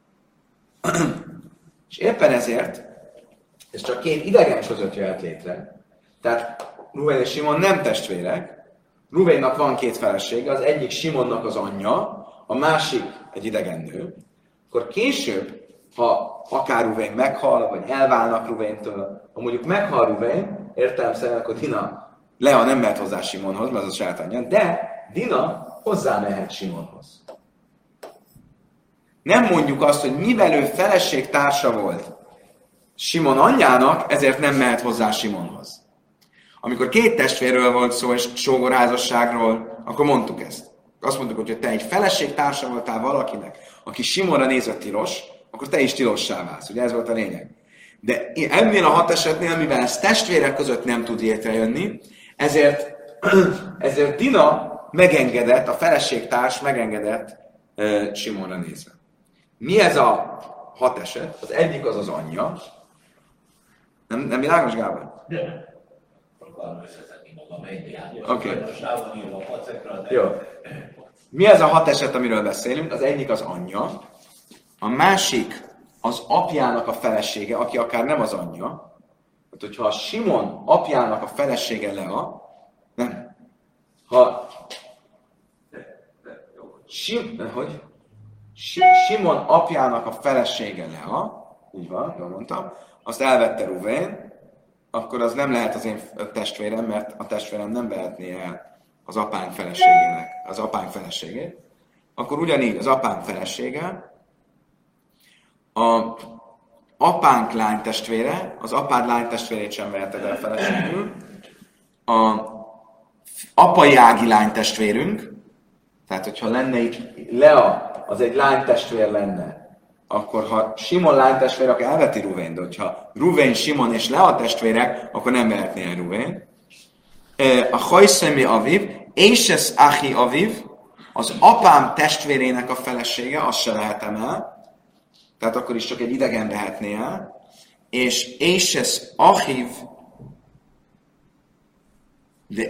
És éppen ezért, ez csak 2 idegen között jöhet létre. Tehát Ruvén és Simon nem testvérek. Ruvénnak van 2 felesége, az egyik Simonnak az anyja, a másik egy idegen nő. Akkor később, ha akár Ruvén meghal, vagy elválnak Ruvéntől, ha mondjuk meghal Ruvén, értelemszerűen, akkor Lea nem mehet hozzá Simonhoz, mert az a saját anyja, de Dina hozzá mehet Simonhoz. Nem mondjuk azt, hogy mivel ő feleség társa volt Simon anyjának, ezért nem mehet hozzá Simonhoz. Amikor 2 testvérről volt szó, és sógorházasságról, akkor mondtuk ezt. Azt mondtuk, hogy te egy feleség társa voltál valakinek, aki Simonra nézett tilos, akkor te is tilossá válsz. Ugye ez volt a lényeg. De ennél a 6 esetnél, mivel ez testvérek között nem tud létrejönni, ezért Dina megengedett, a feleségtárs megengedett Simonra nézve. Mi ez a 6 eset? Az egyik az az anyja. Nem világos, Gábor? Oké. Jó. Mi ez a 6 eset, amiről beszélünk? Az egyik az anyja, a másik az apjának a felesége, aki akár nem az anyja. Tehát, hogyha a Simon apjának a felesége Lea, nem. Ha Simon apjának a felesége Lea, úgy van, jól mondtam, azt elvette Ruvén, akkor az nem lehet az én testvérem, mert a testvérem nem vehetné el az apám feleségét. Akkor ugyanígy az apám felesége, a apánk lánytestvére, az apád lánytestvérét sem veheted el feleségül, a apai ági lánytestvérünk, tehát hogyha lenne itt Lea, az egy lánytestvér lenne, akkor ha Simon lánytestvér, akkor elveti Ruvén, de hogyha Ruvén, Simon és Lea testvérek, akkor nem vehetné el Ruvén. A hajszemi aviv, és ez achi aviv, az apám testvérének a felesége, azt se vehetem el, tehát akkor is csak egy idegen vehetné el, és Éshes achiv, de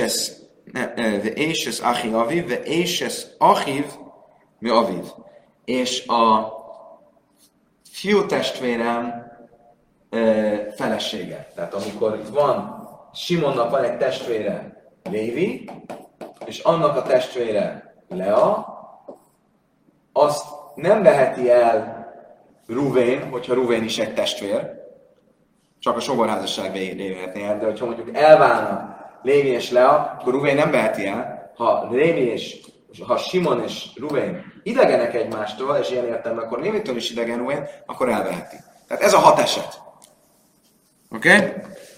Éshes achi aviv, de Éshes achiv mi aviv. És a fiú testvérem felesége. Tehát amikor van, Simonnak van egy testvére, Lévi, és annak a testvére, Lea, azt nem veheti el Ruvén, hogyha Ruvén is egy testvér, csak a sogorházasság végén vehetné el, de hogyha mondjuk elválnak Lévi és Lea, akkor Ruvén nem veheti el. Ha Simon és Ruvén idegenek egymástól, és ilyen értelemben, akkor Lévitől is idegen Ruvén, akkor elveheti. Tehát ez a 6 eset. Oké? Okay?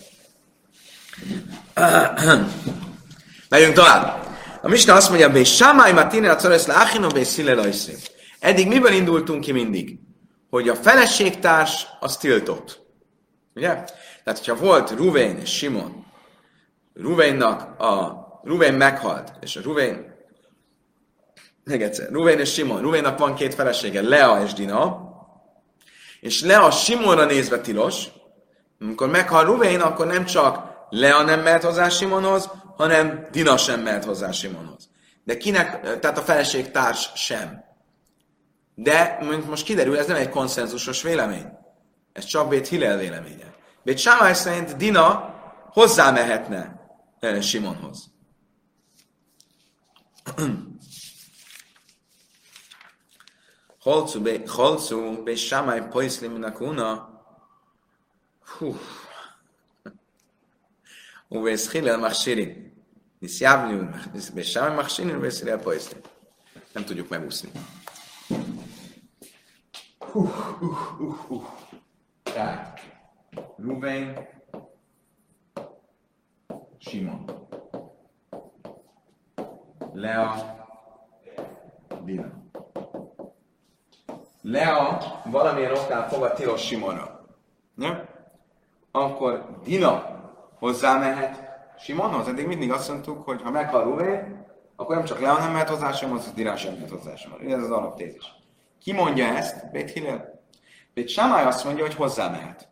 Megyünk tovább. A Misna azt mondja, hogy Sámály Matine a Coresz Láchinó, és Szile Lajszé. Eddig miből indultunk ki mindig? Hogy a feleségtárs az tiltott. Ugye? Tehát, hogyha volt Ruvén és Simon, Ruvén meghalt, és a Ruvén és Simon. Ruvénnak van 2 felesége, Lea és Dina, és Lea Simonra nézve tilos. Amikor meghal Ruvén, akkor nem csak Lea nem mehet hozzá Simonhoz, hanem Dina sem mehet hozzá Simonhoz. De kinek, tehát a feleségtárs sem. De most kiderül, ez nem egy konszenzusos vélemény. Ez csak Bét Hillel véleménye. Bét Sámály szerint Dina hozzá mehetne Simonhoz. Holcu Bét Sámály poiszli minakuna. Ubész Hillel machsiri. Niszjávnyú, Bét Sámály machsiri, Ubész Hillel poiszli. Nem tudjuk megúszni. Tehát, Ruvén, Simon, Lea, Dina. Lea valamilyen oknál fogad tilos Simonra. Ne? Akkor Dina hozzámehet Simonhoz. Eddig mindig azt mondtuk, hogy ha meghal Ruvén, akkor nem csak Lea nem mehet hozzá Simonhoz, hanem Dina sem mehet hozzá Simonhoz. Ez az alaptézis. Ki mondja ezt? Bét Hillel. Bét Sámály azt mondja, hogy hozzá mehet.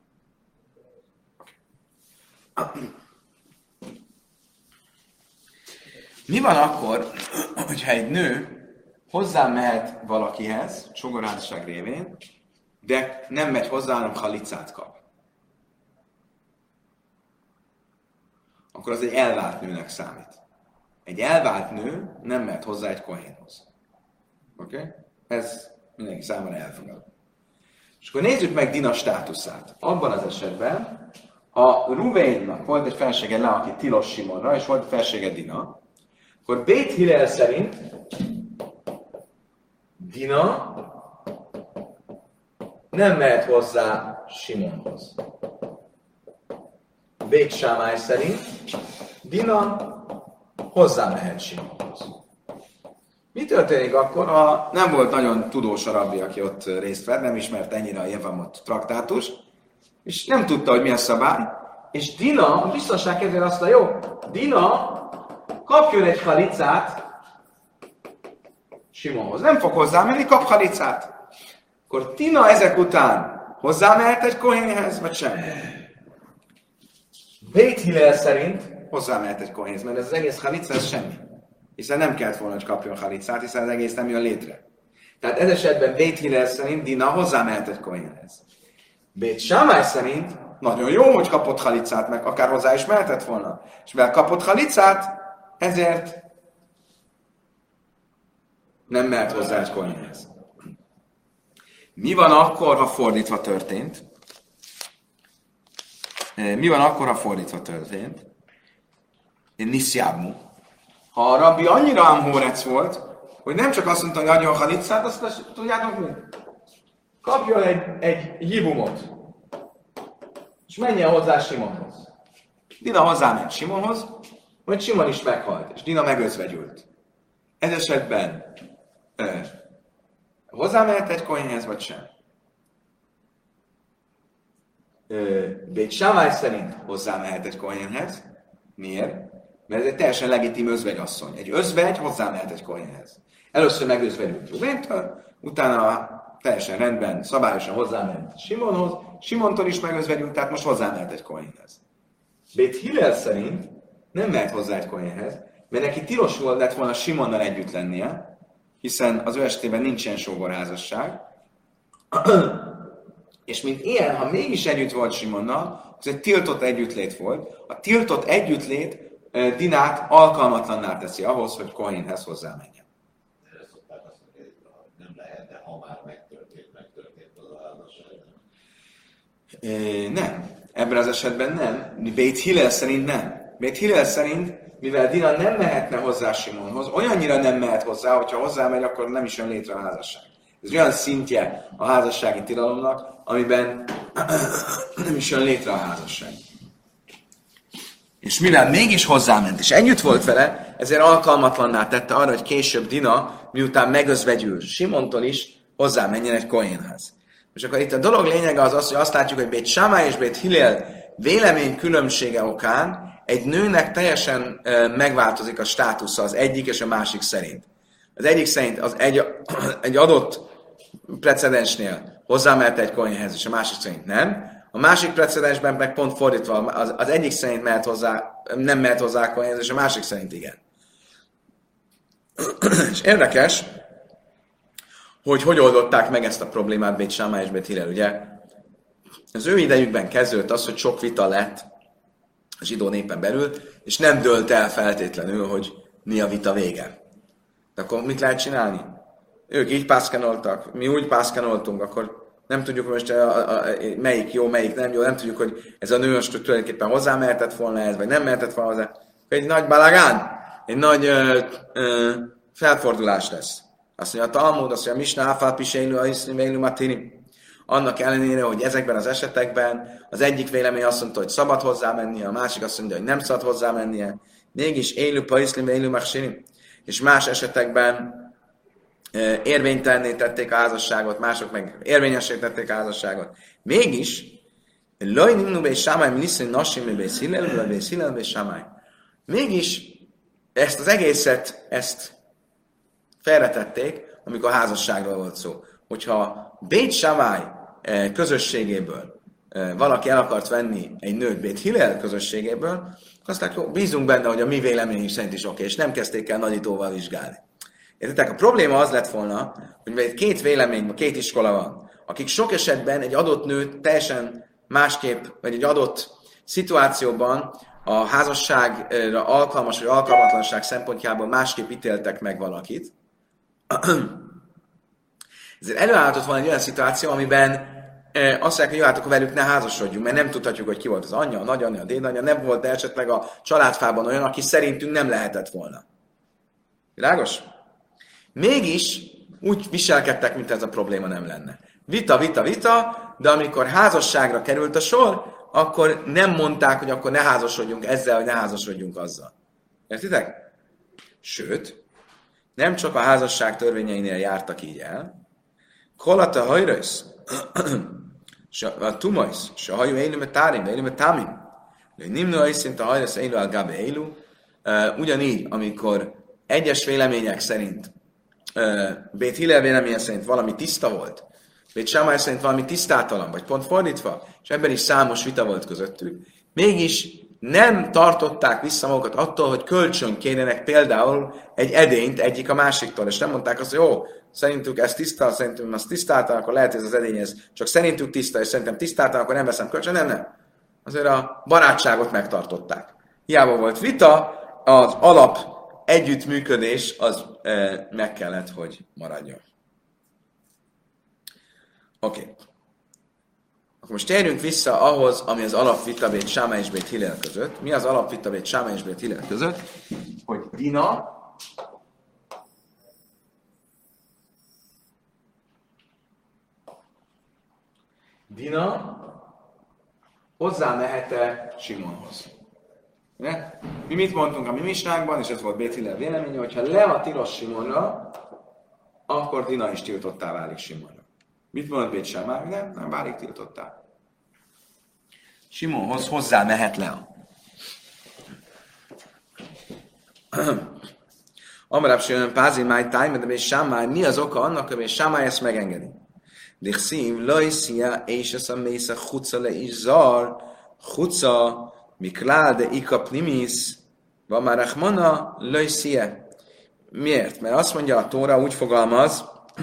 Mi van akkor, hogyha egy nő hozzá mehet valakihez, sogorházasság révén, de nem megy hozzá, hanem halicát kap? Akkor az egy elvált nőnek számít. Egy elvált nő nem mehet hozzá egy kohénhoz. Oké? Okay? Ez mindenki számára elfogad. És akkor nézzük meg Dina státuszát. Abban az esetben, ha Ruvénnak volt egy felesége Lea, aki tilos Simonra, és volt egy felesége Dina, akkor Bét Hillel szerint Dina nem mehet hozzá Simonhoz. Bét Sámály szerint Dina hozzá mehet Simonhoz. Mi történik akkor, ha nem volt nagyon tudós a rabbi, aki ott részt vett, nem ismerte ennyire a Jevamot traktátus, és nem tudta, hogy mi a szabály, és Dina, a biztonság kedvéért azt mondja, jó, Dina kapjon egy halicát Simonhoz. Nem fog hozzámenni, kap halicát. Akkor Dina ezek után hozzámehet egy kohénhez, vagy sem? Bét Hillel szerint hozzámehet egy kohénhez, mert ez az egész halica, ez semmi. Hiszen nem kellett volna, hogy kapjon halicát, hiszen az egész nem jön létre. Tehát ez esetben Bét Hillel szerint Dina hozzámehet egy kohénhez. Bét Sámály szerint nagyon jó, hogy kapott halicát, meg akár hozzá is mehetett volna. És mivel kapott halicát, ezért nem mehet hozzá egy kohénhez. Mi van akkor, ha fordítva történt? Niszjábmu. Ha a rabbi annyira amhórec volt, hogy nem csak azt mondta, hogy adjon halicát, azt tudjátok mi? kapjon egy hívumot, és menjen hozzá Simonhoz. Dina hozzáment Simonhoz, majd Simon is meghalt, és Dina megözvegyült. Ez esetben hozzámehet egy kohénhez, vagy sem? Bét Sámály szerint hozzámehet egy kohénhez. Miért? Mert ez egy teljesen legitim özvegyasszony. Egy özvegy hozzámehet egy kohénhez. Először megözvegyült Ruvéntől, utána teljesen rendben, szabályosan hozzámehet Simonhoz, Simontól is megözvegyült, tehát most hozzámehet egy kohénhez. Bét Hillel szerint nem mehet hozzá egy kohénhez, mert neki tilos volt lett volna Simonnal együtt lennie, hiszen az ő esetében nincsen sógorházasság, és mint ilyen, ha mégis együtt volt Simonnal, az egy tiltott együttlét volt. A tiltott együttlét Dinát alkalmatlanná teszi ahhoz, hogy kohénhez hozzámenjen. Erre szokták azt mondani, hogy nem lehet, de ha már megtörtént az a házasság. Nem. Ebben az esetben nem. Bét Hillel szerint nem. Bét Hillel szerint, mivel Dina nem mehetne hozzá Simonhoz, olyannyira nem mehet hozzá, hogyha hozzámegy, akkor nem is jön létre a házasság. Ez olyan szintje a házassági tilalomnak, amiben nem is jön létre a házasság. És mivel mégis hozzáment, és együtt volt vele, ezért alkalmatlanná tette arra, hogy később Dina, miután megözvegyül Simontól is, hozzámenjen egy kohénhez. És akkor itt a dolog lényege az, hogy azt látjuk, hogy Bét Sámály és Bét Hillel vélemény különbsége okán egy nőnek teljesen megváltozik a státusza az egyik és a másik szerint. Az egyik szerint az egy adott precedensnél hozzámehet egy kohénhez, és a másik szerint nem. A másik precedensben meg pont fordítva, az egyik szerint nem mehet hozzá a kohénhez, és a másik szerint igen. És érdekes, hogy oldották meg ezt a problémát Bét Sámály és Bét Hillel, ugye? Az ő idejükben kezdődött az, hogy sok vita lett a zsidó népen belül, és nem dőlt el feltétlenül, hogy mi a vita vége. De akkor mit lehet csinálni? Ők így pászkánoltak, mi úgy pászkánoltunk, akkor nem tudjuk, hogy most melyik jó, melyik nem jó, nem tudjuk, hogy ez a nő most tulajdonképpen hozzámehetett volna ez, vagy nem mehetett volna hozzá. Egy nagy balagán, egy nagy felfordulás lesz. Azt mondja a Talmud, azt mondja a Misna, Áfál Piseilu, Aiszni, Veilu, Matini. Annak ellenére, hogy ezekben az esetekben az egyik vélemény azt mondta, hogy szabad hozzámennie, a másik azt mondja, hogy nem szabad hozzámennie. Mégis Élu, Paiszli, Veilu, Maksini. És más esetekben érvénytelenné tették a házasságot, mások meg érvényessé tették a házasságot. Mégis, Loj nimnu bé sámály, minisztri nasim bé szillel, bé sámály. Mégis ezt az egészet, ezt félretették, amikor a házasságról volt szó. Hogyha Bét Sámály közösségéből valaki el akart venni egy nőt Bét Hillel közösségéből, akkor azt mondták, jó, bízunk benne, hogy a mi véleményünk szerint is oké, és nem kezdték el nagyítóval vizsgálni. Értitek? A probléma az lett volna, hogy két vélemény, két iskola van, akik sok esetben egy adott nőt teljesen másképp, vagy egy adott szituációban a házasságra alkalmas vagy alkalmatlanság szempontjából másképp ítéltek meg valakit. Ezért előállhatott volna egy olyan szituáció, amiben azt mondják, hogy jó, hát akkor velük ne házasodjunk, mert nem tudhatjuk, hogy ki volt az anyja, a nagyanyja, a dédanyja, nem volt esetleg a családfában olyan, aki szerintünk nem lehetett volna. Világos? Mégis úgy viselkedtek, mint ez a probléma nem lenne. Vita, de amikor házasságra került a sor, akkor nem mondták, hogy akkor ne házasodjunk ezzel, vagy ne házasodjunk azzal. Értitek? Sőt, nem csak a házasság törvényeinél jártak így el. Kolata hajrajsz, a tumajsz, se hajú élumet tárim, élumet támim. Nimnu ajszint a hajrajsz élu al gabe élu. Ugyanígy, amikor egyes vélemények szerint Bét Hillel véleménye szerint valami tiszta volt, Bét Sámály szerint valami tisztátalan, vagy pont fordítva, és ebben is számos vita volt közöttük, mégis nem tartották vissza magukat attól, hogy kölcsön kérjenek például egy edényt egyik a másiktól, és nem mondták azt, hogy jó, szerintük ez tiszta, szerintem az tisztáltan, akkor lehet, hogy ez az edény ez csak szerintük tiszta, és szerintem tisztáltan, akkor nem veszem kölcsön, nem. Azért a barátságot megtartották. Hiába volt vita, az alap együttműködés az meg kellett, hogy maradjon. Oké. Akkor most térjünk vissza ahhoz, ami az alapvita Bét Sámály és Bét Hillel között. Mi az alapvita Bét Sámály és Bét Hillel között? Hogy Dina Dina hozzá mehet-e Simonhoz? Ne? Mi mit mondtunk a mi misnákban, és ez volt Bét Hillel véleménye, hogyha Lea tilos Simonra, akkor Dina is tiltottá válik Simonra. Mit mondott Bét Sámái? Nem válik tiltottá. Simonhoz hozzá mehet Lea. Amarab Simon Pázin Máj Tájme, de Bét Sámái, mi az oka annak, hogy Bét Sámái ezt megengedi? Dichszív, lojszia, és ez a mésza chuca le is zar, chuca, miklál, de ikap nimis, van már rachmana, lojszia. Miért? Mert azt mondja a Tóra, úgy fogalmaz,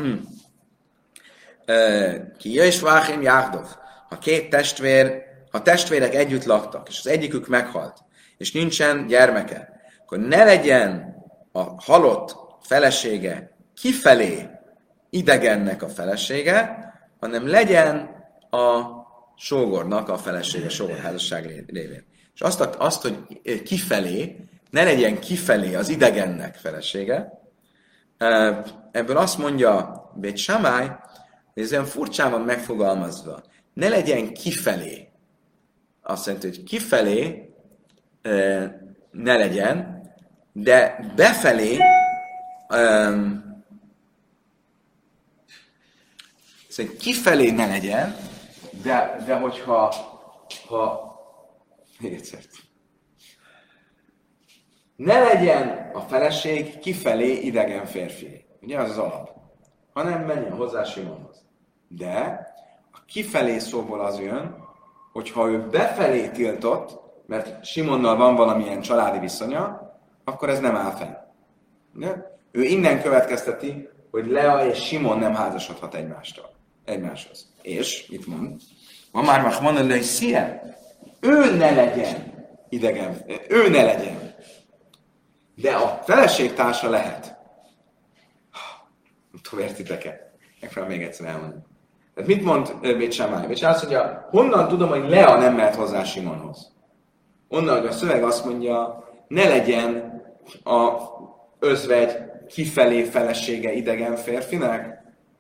ki jöjjs váhim jáhdov, ha testvérek együtt laktak, és az egyikük meghalt, és nincsen gyermeke, akkor ne legyen a halott felesége kifelé idegennek a felesége, hanem legyen a sógornak a felesége sógorházasság révén. És azt, hogy kifelé, ne legyen kifelé az idegennek felesége, ebből azt mondja Bét Sámái, hogy ez olyan furcsán van megfogalmazva. Ne legyen kifelé. Azt jelenti, hogy kifelé ne legyen, de befelé szóval kifelé ne legyen, de hogyha még egyszer. Ne legyen a feleség kifelé idegen férfi. Ugye az az alap. Hanem menjen hozzá Simonhoz. De a kifelé szóból az jön, hogyha ő befelé tiltott, mert Simonnal van valamilyen családi viszonya, akkor ez nem áll fenn. Ugye? Ő innen következteti, hogy Lea és Simon nem házasodhat egymáshoz. És, mit mond? Ma már mondani, hogy szia, ő ne legyen idegen, ő ne legyen. De a feleségtársa lehet. Tudom, értitek-e? Megpróbálom még egyszer elmondani. Tehát mit mond Bét Sámái? Bét Sámái azt mondja, honnan tudom, hogy Lea nem mehet hozzá Simonhoz? Onnan, hogy a szöveg azt mondja, ne legyen a özvegy kifelé felesége idegen férfinek,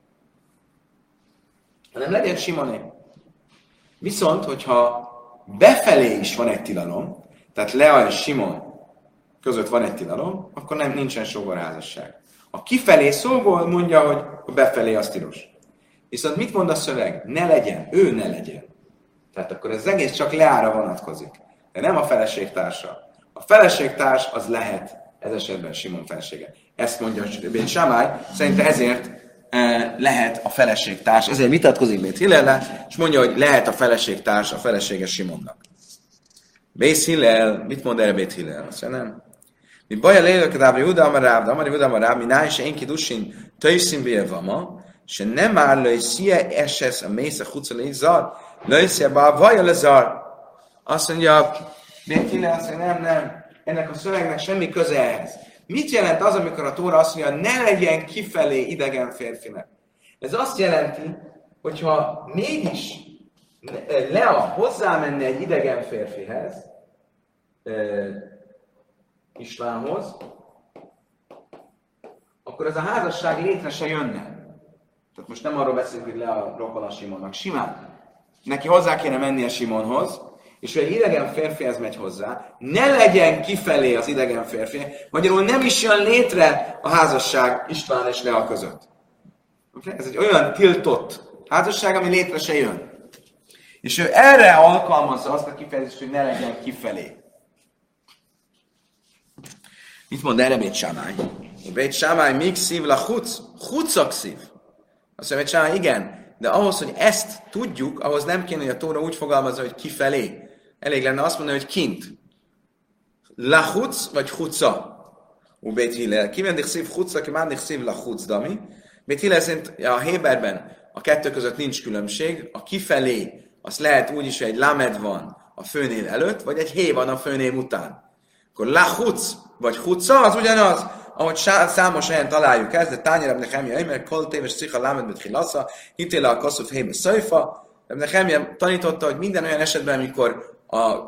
hanem legyen Simoné. Viszont, hogyha befelé is van egy tilalom, tehát Lea és Simon között van egy tilalom, akkor nincsen sógorházasság. A kifelé szóból mondja, hogy a befelé az tilos. Viszont mit mond a szöveg? Ne legyen, ő ne legyen. Tehát akkor ez egész csak Leára vonatkozik. De nem a feleségtársa. A feleségtárs az lehet ez esetben Simon felesége. Ezt mondja Bét Sámái, szerintem ezért lehet a feleségtárs, ezért vitatkozik Bét Hillellel, és mondja, hogy lehet a feleségtárs a felesége Simonnak. Bét Hillel, mit mond erre Bét Hillel? Azt mondja, nem. Mi baj a lélőket, Amari Uda Amaráb, mi náj se én kidusin tőszín bélvama, se nem áll le szia esesz a mész a huca le zar, le szia bá vaja le zar. Azt mondja, Bét Hillel, azt mondja, nem, ennek a szövegnek semmi köze ehhez. Mit jelent az, amikor a Tóra azt mondja, ne legyen kifelé idegen férfinek? Ez azt jelenti, hogyha mégis Lea hozzámenne egy idegen férfihez, Istvánhoz, akkor ez a házasság létre se jönne. Tehát most nem arról beszélünk, hogy Lea rokon a Simonnak. Simán. Neki hozzá kéne mennie Simonhoz, és ő egy idegen férfihez megy hozzá, ne legyen kifelé az idegen férfi, magyarul nem is jön létre a házasság István és Lea között. Okay? Ez egy olyan tiltott házasság, ami létre se jön. És ő erre alkalmazza azt a kifejezést, hogy ne legyen kifelé. Mit mond erre Bét Sámái? Bét Sámái még szív la chucak szív. Azt mondja, Bét Sámái, igen, de ahhoz, hogy ezt tudjuk, ahhoz nem kéne, hogy a Tóra úgy fogalmazza, hogy kifelé. Elég lenne azt mondani, hogy kint. La chutz vagy chutza. Bét Hillel. Kivendik szív chutza, kimándik szív la chutz dami. Bét Hillel szerint a Héberben a kettő között nincs különbség. A kifelé az lehet úgy is, hogy egy lamed van a főnév előtt, vagy egy hé van a főnév után. Akkor la chutz vagy chutza az ugyanaz, ahogy számos helyen találjuk ezt, de tányerebb Nehemia, mert kol téves szicha lamed bet hilasza, hitéle a kasszuf hébe szajfa. Nehemia tanította, hogy minden olyan esetben, amikor a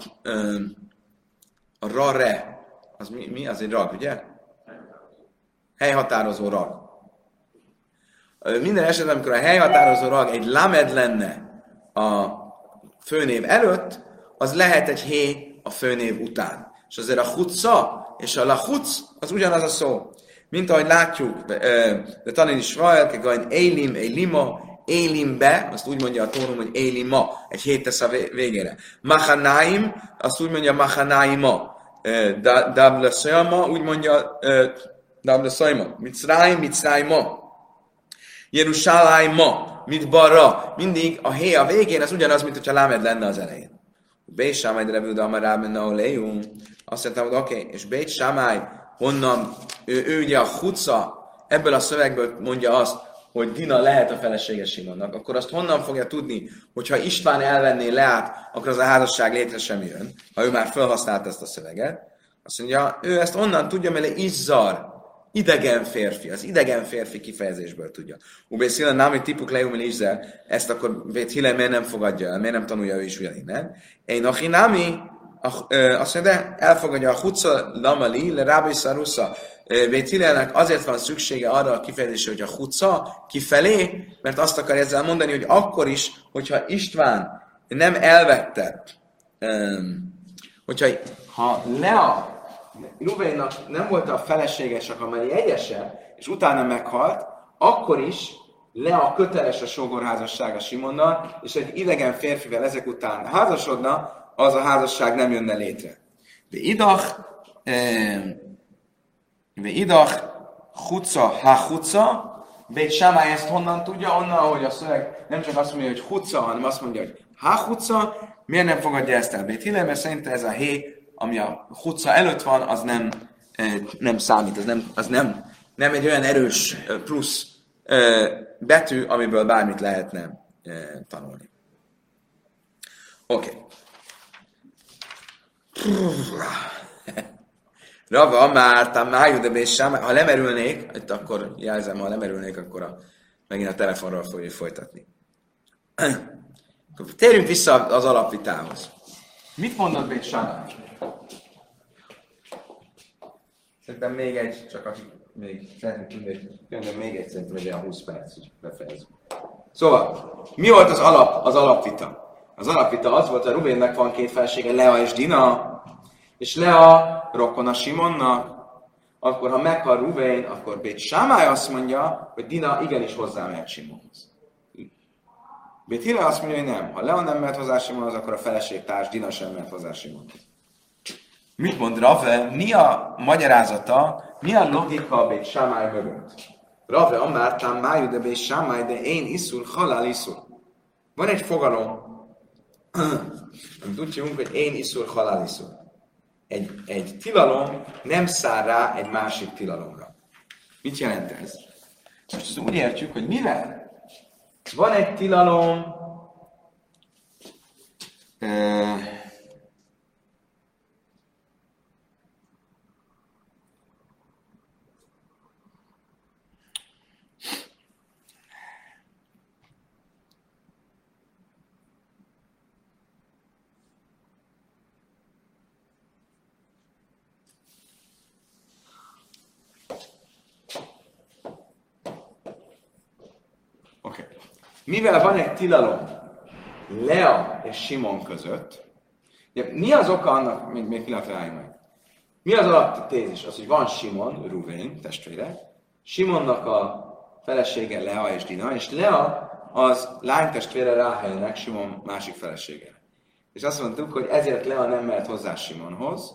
ra-re, az mi? Az egy rag, ugye? Helyhatározó rag. Minden esetben, amikor a helyhatározó rag egy lamed lenne a főnév előtt, az lehet egy hé a főnév után. És azért a hutza és a lachuc az ugyanaz a szó. Mint ahogy látjuk, de Tanin Israel, Kegain Élim, Élima, Élimbe, azt úgy mondja a Tórum, hogy Élima, egy hét tesz a végére. Machanaim, azt úgy mondja Machanaima. Dableszajma, úgy mondja Dableszajma. Mitzrayim, Mitzrayma. Jerushalayma, Midbarra. Mindig a hé a végén, az ugyanaz, mint hogyha lámed lenne az elején. Beit Sámály de Rebbi Uda Amarában Naoleum. Azt mondtam, hogy oké, és Beit Sámály honnan, ő ugye a Huca, ebből a szövegből mondja azt, hogy Dina lehet a felesége Simonnak, akkor azt honnan fogja tudni, hogyha István elvenné Leát, akkor az a házasság létre sem jön, ha ő már felhasználta ezt a szöveget. Azt mondja, ő ezt onnan tudja, mert Izzar, idegen férfi, az idegen férfi kifejezésből tudja. Ubé Szila Námi Tipuk Leumil Izzel, ezt akkor Bét Hillel miért nem fogadja el, miért nem tanulja ő is ugyaninnen. Én Achi Námi, azt mondja, de elfogadja a Huca Lamali, le Rábai Szarusza. Bét Hillelnek azért van szüksége arra a kifejezésre, hogy a Huca kifelé, mert azt akar ezzel mondani, hogy akkor is, hogyha István nem elvette, ha Lea Ruvénnak nem volt a felesége, csak a jegyese, és utána meghalt, akkor is Lea köteles a sógorházassága Simonnal, és egy idegen férfivel ezek után házasodna, az a házasság nem jönne létre. De idach, Huca, ha-Huca, Beit Sámály ezt honnan tudja? Onnan, hogy a szöveg nem csak azt mondja, hogy Huca, hanem azt mondja, hogy ha-Huca, miért nem fogadja ezt el Beit Hillel, mert szerinte ez a hé, ami a Huca előtt van, az nem számít, az nem egy olyan erős plusz betű, amiből bármit lehetne tanulni. Oké. Rava, Amártam, Májudeb és Sámály. Ha lemerülnék, itt akkor jelzem, ha lemerülnék, akkor megint a telefonról fogjuk folytatni. Térjünk vissza az alapvitához. Mit mondott Bét Sámály? Szerintem még egy, csak akik még szeretnék tudni, de még egy szerintem egy olyan 20 perc, hogy befejezzük. Szóval, mi volt az alapvita? Az alapvita az volt, hogy Ruvénnek van két felesége, Lea és Dina, és Lea rokona Simonnak, akkor ha meghal Ruvén, akkor Bét Sámály azt mondja, hogy Dina igenis hozzámehet Simonhoz. Bét Hillel azt mondja, hogy nem. Ha Lea nem mehet hozzá Simonhoz, akkor a feleségtárs Dina sem mehet hozzá Simonhoz. Mit mond Rave? Mi a magyarázata, mi a logika a Bét Sámály mögött? Rave, Amártám, Májú, de Bét Sámály, de én iszul, halál iszul. Van egy fogalom, amit úgy hívunk, hogy én iszul, halál iszul. Egy tilalom nem száll rá egy másik tilalomra. Mit jelent ez? Most ezt úgy értjük, hogy mivel van egy tilalom, mivel van egy tilalom Lea és Simon között, mi az oka annak, még pillanatra álljunk meg. Mi az alaptézis? Az, hogy van Simon, Ruvén testvére, Simonnak a felesége Lea és Dina, és Lea az lánytestvére Ráhelnek, Simon másik felesége. És azt mondtuk, hogy ezért Lea nem mehet hozzá Simonhoz,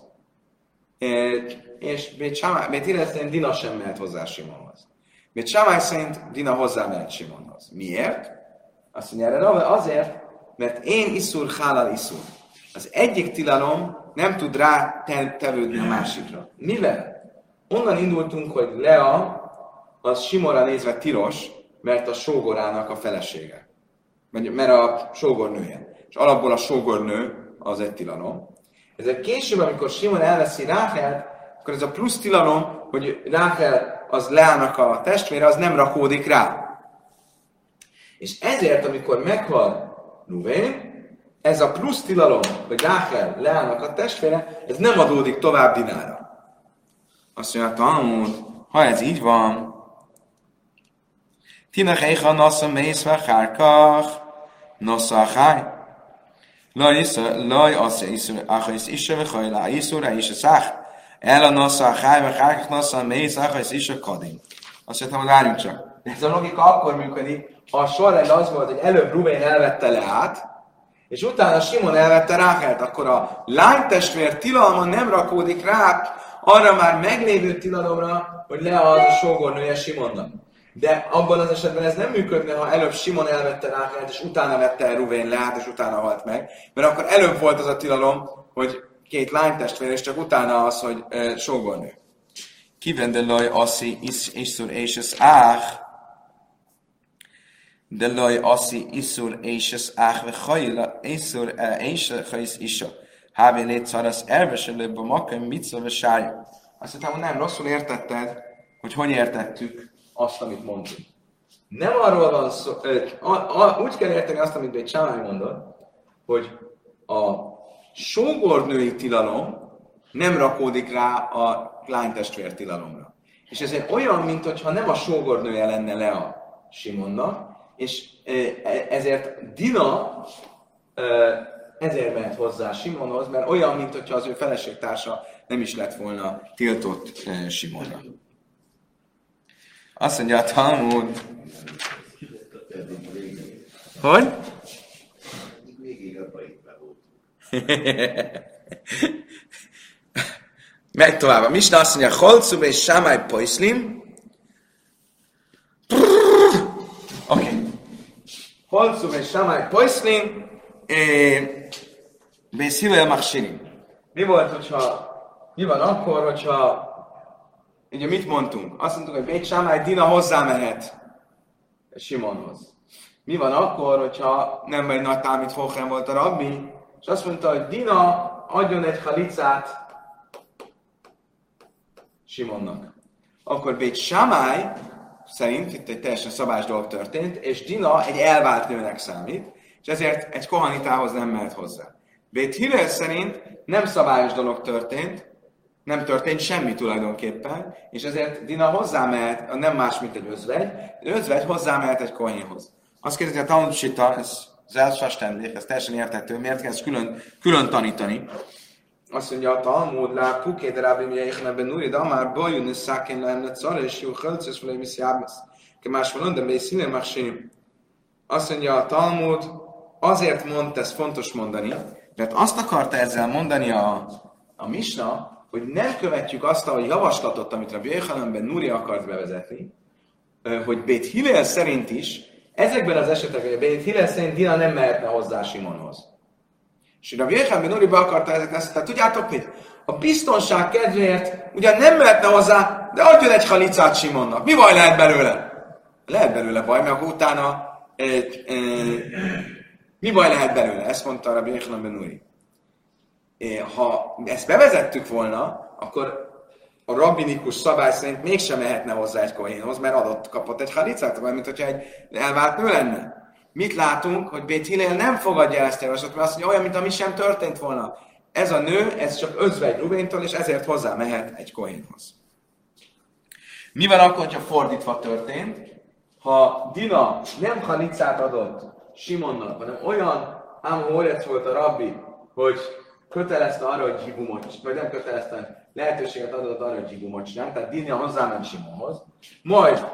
és Bét Hillel szerint Dina sem mehet hozzá Simonhoz. Bét Sámály szerint Dina hozzá mehet Simonhoz. Miért? Azt mondja erre, azért, mert én iszur, hálal iszur. Az egyik tilalom nem tud rá tevődni a másikra. Mivel? Onnan indultunk, hogy Lea az Simonra nézve tilos, mert a sógorának a felesége. Mert a sógornője. És alapból a sógornő az egy tilalom. Ezért később, amikor Simon elveszi Ráhelt, akkor ez a plusz tilalom, hogy Ráhel az Leának a testvére, az nem rakódik rá. És ezért, amikor meghal Ruvén, ez a plusz tilalom, hogy Ráhel Leának a testvére, ez nem adódik tovább Dinára. Azt mondja, Talmud, ha ez így van, Tinach Eicha Nassa Mészve Hárkach, Nosza a háj. Laj azt iszur, achajsz isra, vagy hajlá iszur, és a szách. El a nosza a háj, vagy hárkak nosza a mész, achajsz isra kadim. Azt mondtam, hogy várjunk csak. De ez a logika akkor működik, ha a sorrend az volt, hogy előbb Ruvén elvette Leát, és utána Simon elvette Ráhelt, akkor a lánytestvér tilalma nem rakódik rá arra már meglévő tilalomra, hogy Lea az a sógornője Simonnak. De abban az esetben ez nem működne, ha előbb Simon elvette Ráhelt, és utána vette el Ruvén Leát, és utána halt meg. Mert akkor előbb volt az a tilalom, hogy két lánytestvér, és csak utána az, hogy sógornő. Kivendelaj aszi iszur és az ách, de laj aszi iszur és az ách, ve hajla iszur és hajsz isa. Hávé lét szarasz elveselőbb a makam, mit szól a sárja. Azt mondtam, hogy nem rosszul értetted, hogy értettük azt, amit mondtunk. Nem arról van szó, úgy kell érteni azt, amit Bét Sámai mondott, hogy a sógornői tilalom nem rakódik rá a lánytestvér tilalomra. És ezért olyan, mintha nem a sógornője lenne Lea Simonnak, és ezért Dina ezért ment hozzá Simonhoz, mert olyan, mintha az ő feleségtársa nem is lett volna tiltott Simonra. Azt mondja a Talmud, hogy? Végig abban itt be volt. Meg tovább. A Misna azt mondja, Holcub és Sámály Poiszlim. Oké. Holcub és Sámály Poiszlim. Bész Hillel Machsirim. Mi van akkor, hogyha ugye mit mondtunk? Azt mondtuk, hogy Bét Sámály Dina hozzámehet Simonhoz. Mi van akkor, hogyha nem egy nagy támít Hochem volt a rabbi, és azt mondta, hogy Dina adjon egy halicát Simonnak. Akkor Bét Sámály szerint, itt egy teljesen szabás dolog történt, és Dina egy elvált nőnek számít, és ezért egy kohanitához nem mehet hozzá. Bét Hillel szerint nem szabályos dolog történt, nem történt semmi tulajdonképpen, és ezért Dina hozzámehet, nem más, mint egy özvegy, özvegy hozzámehet egy kohénhoz. Azt kérdezi, a Talmud Sita, ez zelfverständlich, ez teljesen érthető, miért kell ezt külön tanítani? Azt mondja a Talmud, lá pukéd rábbi mieichne ben nuri, de már bajun és szákén lenne cara, és jó hölcös felé miszi ábbasz. Kemás van, de még színe machsinim. Azt mondja a Talmud, azért mondta, ez fontos mondani, mert azt akarta ezzel mondani a Misna, hogy nem követjük azt a javaslatot, amit Rabbi Yochanan ben Nuri akart bevezetni, hogy Bét Hillel szerint is, ezekben az esetekben, Bét Hillel szerint Dina nem mehetne hozzá Simonhoz. És Rabbi Yochanan ben Nuri be akarta ezeket, azt mondta, tudjátok mit? A biztonság kedvéért ugyan nem mehetne hozzá, de adjon egy halicát Simonnak. Mi baj lehet belőle? Lehet belőle baj, mert akkor utána mi baj lehet belőle? Ezt mondta Rabbi Yochanan ben Nuri. Ha ezt bevezettük volna, akkor a rabbinikus szabály szerint mégsem mehetne hozzá egy kohénhoz, mert kapott egy halicát, vagy mint hogyha egy elvált nő lenne. Mit látunk, hogy Bét Hillel nem fogadja ezt a javaslatot, mert azt mondja, olyan, mint ami sem történt volna. Ez a nő, ez csak özvegy Ruvéntól, és ezért hozzá mehet egy kohénhoz. Mi van akkor, ha fordítva történt? Ha Dina nem halicát adott Simonnak, hanem olyan Ámorec volt a rabbi, hogy kötelezte arra, hogy dzsibumot, vagy nem kötelezte, lehetőséget adott arra, hogy dzsibumot csinálni, tehát Dina hozzáment Simonhoz, majd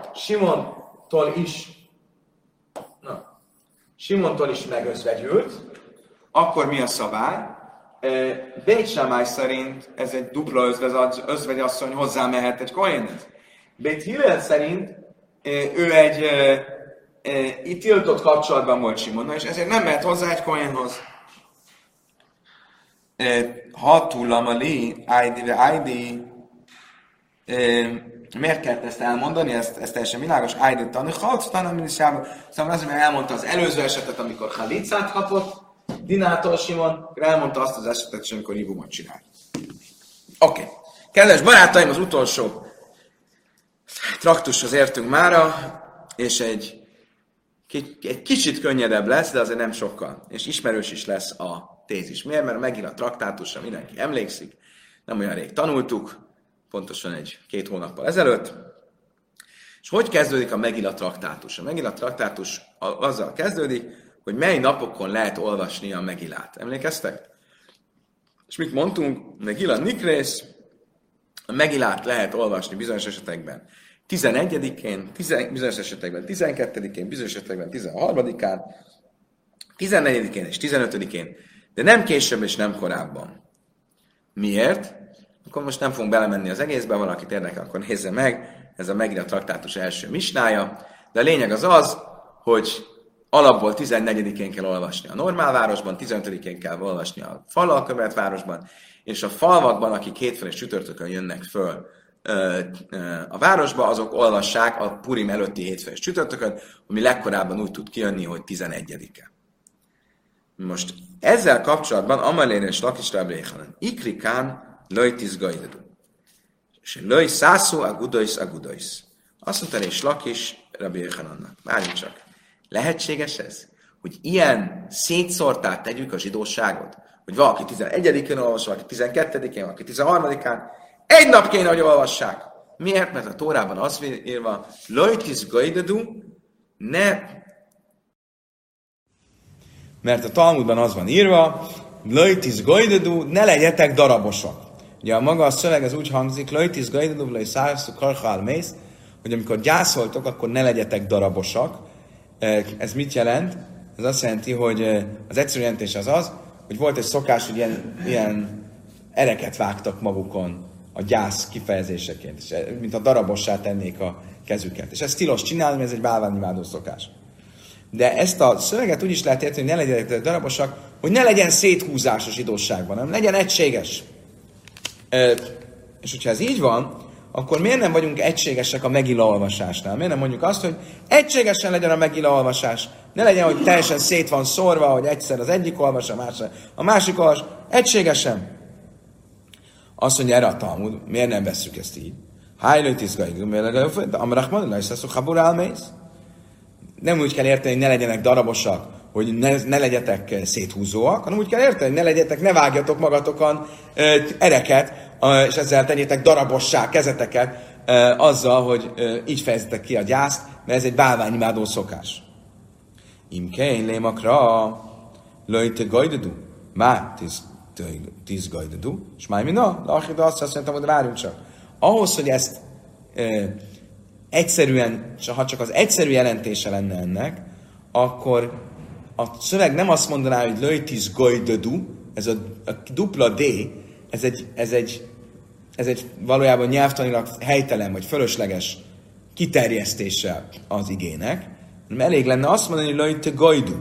Simontól is megözvegyült, akkor mi a szabály? Bét Sámály szerint ez egy dupla özvegyasszony hozzámehet egy kohénhez. Bét Hillel szerint ő egy tiltott kapcsolatban volt Simonnal, és ezért nem mehet hozzá egy kohénhoz. Ha tullamali, ájdi, miért kellett ezt elmondani? Ez teljesen világos. Ájdi tanul, halcután minisztrába. Szóval azért, mert elmondta az előző esetet, amikor halicát kapott Dinától Simon, elmondta azt az esetet, amikor ibumot csinált. Oké. Kedves barátaim, az utolsó traktushoz értünk mára, és egy kicsit könnyedebb lesz, de azért nem sokkal. És ismerős is lesz a tézis. Miért? Mert a Megilla traktátusra mindenki emlékszik. Nem olyan rég tanultuk, pontosan 2 hónappal ezelőtt. És hogy kezdődik a Megilla traktátus? A Megilla traktátus azzal kezdődik, hogy mely napokon lehet olvasni a Megilát. Emlékeztek? És mit mondtunk? Megila Nikrész, a Megilát lehet olvasni bizonyos esetekben 11-én, bizonyos esetekben 12-én, bizonyos esetekben 13-án, 14-én és 15-én, de nem később és nem korábban. Miért? Akkor most nem fogunk belemenni az egészbe, valakit érdekel, akkor nézze meg, ez a Megila traktátus első misnája, de a lényeg az, hogy alapból 14-én kell olvasni a normál városban, 15-én kell olvasni a fallal kövelt városban, és a falvakban, akik hétfőn és csütörtökön jönnek föl a városba, azok olvassák a Purim előtti hétfőn és csütörtökön, ami legkorábban úgy tud kijönni, hogy 11-e. Most ezzel kapcsolatban Amalén és Lakis Rabbi Yechanan Ikrikán löj tizgaidedu. És löj szászó agudois. Azt mondta, és Lakis Rabbi Yechanannak. Várjunk csak. Lehetséges ez? Hogy ilyen szétszórtát tegyük a zsidóságot? Hogy valaki 11-én olvas, valaki 12-én, valaki 13-án. Egy nap kéne, hogy olvassák. Miért? Mert a Tórában az írva, lojtis gaidedu, mert a Talmudban az van írva, lojtis gaidedu, ne legyetek darabosak. Ugye a maga a szöveg az úgy hangzik, lojtis gaidedu, loj szárszú karchál mész, hogy amikor gyászoltok, akkor ne legyetek darabosak. Ez mit jelent? Ez azt jelenti, hogy az egyszerű jelentés az, hogy volt egy szokás, hogy ilyen ereket vágtak magukon a gyász kifejezéseként, és mint a darabossá tennék a kezüket. És ezt tilos csinálni, mert ez egy bálványimádó szokás. De ezt a szöveget úgy is lehet érteni, hogy ne legyenek darabosak, hogy ne legyen széthúzás a zsidóságban, hanem legyen egységes. És hogyha ez így van, akkor miért nem vagyunk egységesek a Megila olvasásnál? Miért nem mondjuk azt, hogy egységesen legyen a Megila olvasás? Ne legyen, hogy teljesen szét van szórva, hogy egyszer az egyik olvas, a másik olvas. Egységesen. Azt mondja erre a Talmud, miért nem vesszük ezt így? Nem úgy kell érteni, hogy ne legyenek darabosak, hogy ne legyetek széthúzóak, hanem úgy kell érteni, hogy ne vágjatok magatokon ereket, és ezzel tegyétek darabossá kezeteket azzal, hogy így fejezitek ki a gyászt, mert ez egy bálványimádó szokás. Imkein lémakra löjte gajdedu, má tíz gajdedu, és már mi na, de azt mondtam, hogy várjunk csak. Ahhoz, hogy ezt egyszerűen, ha csak az egyszerű jelentése lenne ennek, akkor a szöveg nem azt mondaná, hogy löjtiz gajdedu, ez a dupla D, ez egy valójában nyelvtanilag helytelen vagy fölösleges kiterjesztése az igének, hanem elég lenne azt mondani, hogy löjte gajdu.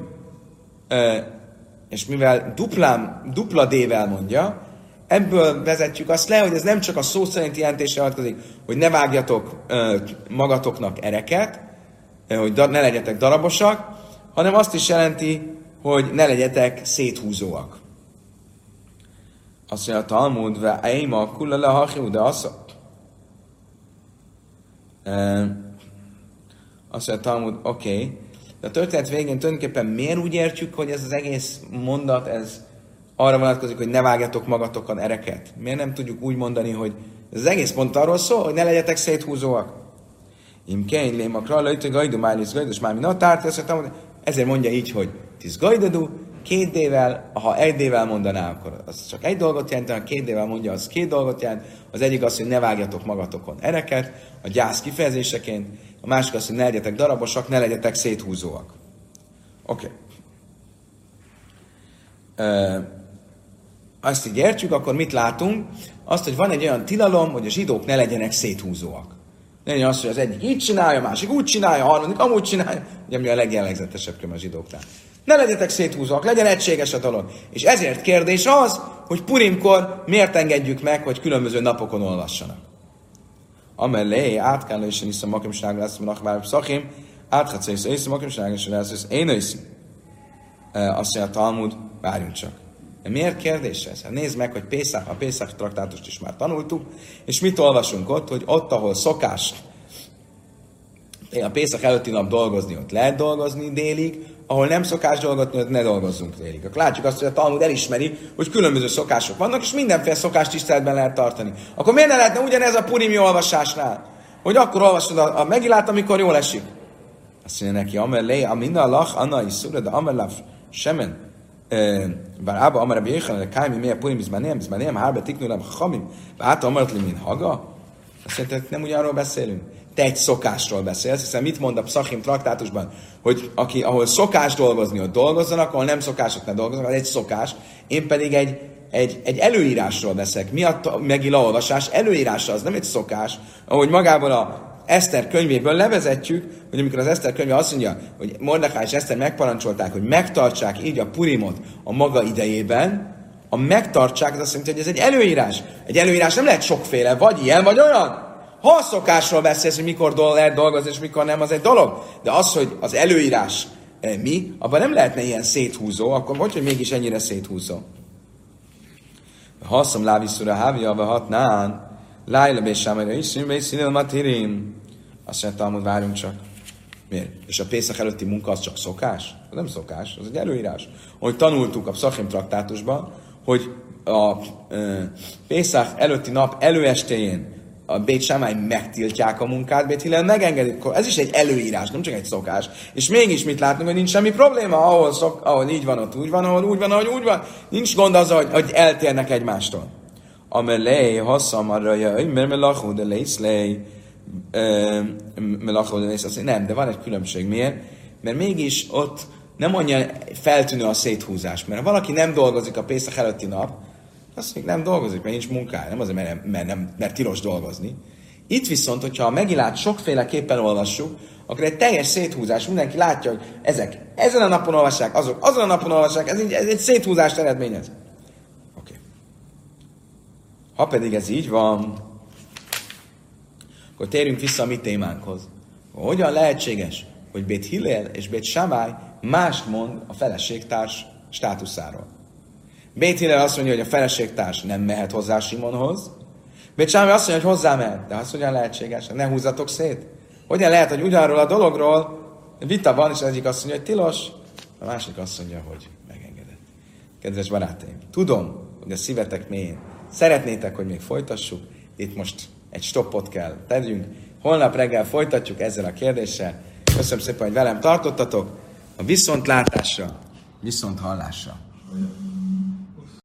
És mivel dupla D-vel mondja, ebből vezetjük azt le, hogy ez nem csak a szó szerinti jelentésre vonatkozik, hogy ne vágjatok magatoknak ereket, hogy ne legyetek darabosak, hanem azt is jelenti, hogy ne legyetek széthúzóak. Azt mondja a Talmud, ve eima kulla le hachiu, de azt mondja a Talmud, oké. De a történet végén tulajdonképpen miért úgy értjük, hogy ez az egész mondat, ez arra vonatkozik, hogy ne vágjatok magatokon ereket? Miért nem tudjuk úgy mondani, hogy ez az egész pont arról szól, hogy ne legyetek széthúzóak? Imkein lémakra, lejtő gajdu, májlisz gajdu, és már mi ezért mondja így, hogy tisz gajdadu, 2 D-vel, ha 1 D-vel mondaná, akkor az csak egy dolgot jelent, ha 2 D-vel mondja, az 2 dolgot jelent. Az egyik az, hogy ne vágjatok magatokon ereket, a gyász kifejezéseként, a másik az, hogy ne legyetek darabosak, ne legyetek széthúzóak. Oké. Azt így értjük, akkor mit látunk? Azt, hogy van egy olyan tilalom, hogy a zsidók ne legyenek széthúzóak. Ne legyen az, hogy az egyik így csinálja, a másik úgy csinálja, a harmadik amúgy csinálja. Ugye mi a legjellegzetesebb a zsidóknál. Ne legyetek széthúzóak, legyen egységes a dolog. És ezért kérdés az, hogy Purimkor miért engedjük meg, hogy különböző napokon olvassanak. Amellé átkáló is én iszom makimságra lesz, mert akár szachim, áthatszó is iszom makimságra lesz, én iszom. Azt mondja a Talmud, várjunk csak. De miért kérdés ez? Hát nézd meg, hogy a Pészach traktátust is már tanultuk, és mit olvasunk ott, hogy ott, ahol szokás a Pészach előtti nap dolgozni, ott lehet dolgozni délig, ahol nem szokás dolgozni, ott ne dolgozzunk délig. Akkor látjuk azt, hogy a Talmud elismeri, hogy különböző szokások vannak, és mindenféle szokást tiszteletben lehet tartani. Akkor miért ne lehetne ugyanez a purimi olvasásnál? Hogy akkor olvasod a Megilát, amikor jól esik? Azt mondja neki, Amer lé, amina lach, anna is szura, de Amer lav semen. Bár Ába Amer Rabbi Jéchanan, kájmi mélye purim, bizmanéem, hárbe tiknulam, chamim, bár Amart li min haga. Azt mondja, nem ugyanarról beszélünk. Te egy szokásról beszélsz, hiszen mit mond a Pszachim traktátusban, hogy ahol szokás dolgozni, ott dolgozzanak, ahol nem szokások, ne dolgozzanak, az egy szokás. Én pedig egy előírásról beszélek. Mi a Megilla olvasás? Előírása az nem egy szokás, ahogy magából a Eszter könyvéből levezetjük, hogy amikor az Eszter könyve azt mondja, hogy Mordechai és Eszter megparancsolták, hogy megtartsák így a Purimot a maga idejében, a megtartsák, az azt jelenti, hogy ez egy előírás. Egy előírás nem lehet sokféle, vagy ilyen, vagy olyan. Ha a szokásról beszélsz, hogy mikor lehet dolgozni, és mikor nem, az egy dolog. De az, hogy az előírás mi, abban nem lehetne ilyen széthúzó, akkor hogy mégis ennyire széthúzó. Haszom láviszura hávja, vagy hatnán, lájla bésámajra is, színvészínil matirim. Azt mondja, Talmud, várjunk csak. Miért? És a Pészach előtti munka az csak szokás? Az nem szokás, az egy előírás. Ahogy tanultuk a Pszachim traktátusban, hogy a Pészach előtti nap előestéjén a Bét Sámály megtiltják a munkát, Bét Hillel megengedik. Ez is egy előírás, nem csak egy szokás. És mégis mit látunk, hogy nincs semmi probléma, ahol így van, ott úgy van, ahol úgy van, ahogy úgy van. Nincs gond az, hogy eltérnek egymástól. Amelé, hasszam arra jöjj, mert melachú, de lészlej, melachú, de lészlej. Nem, de van egy különbség. Miért? Mert mégis ott nem annyira feltűnő a széthúzás. Mert ha valaki nem dolgozik a Pészach előtti nap, azt még nem dolgozik, mert nincs munkája, nem azért, mert tilos dolgozni. Itt viszont, hogyha a Megillát sokféleképpen olvassuk, akkor egy teljes széthúzás, mindenki látja, hogy ezek ezen a napon olvassák, azok azon a napon olvassák, ez egy széthúzást eredményez. Oké. Ha pedig ez így van, akkor térjünk vissza a mi témánkhoz. Hogyan lehetséges, hogy Bét Hillel és Bét Sámály mást mond a feleségtárs státuszáról? Bét Hillel azt mondja, hogy a feleségtárs nem mehet hozzá Simonhoz. Bét Sámály azt mondja, hogy hozzá mehet. De az hogyan lehetséges? Ne húzzatok szét. Hogyan lehet, hogy ugyanarról a dologról vita van, és az egyik azt mondja, hogy tilos, a másik azt mondja, hogy megengedett. Kedves barátaim, tudom, hogy a szívetek mélyén szeretnétek, hogy még folytassuk. Itt most egy stoppot kell tegyünk. Holnap reggel folytatjuk ezzel a kérdéssel. Köszönöm szépen, hogy velem tartottatok. A viszontlátásra, viszonthallásra.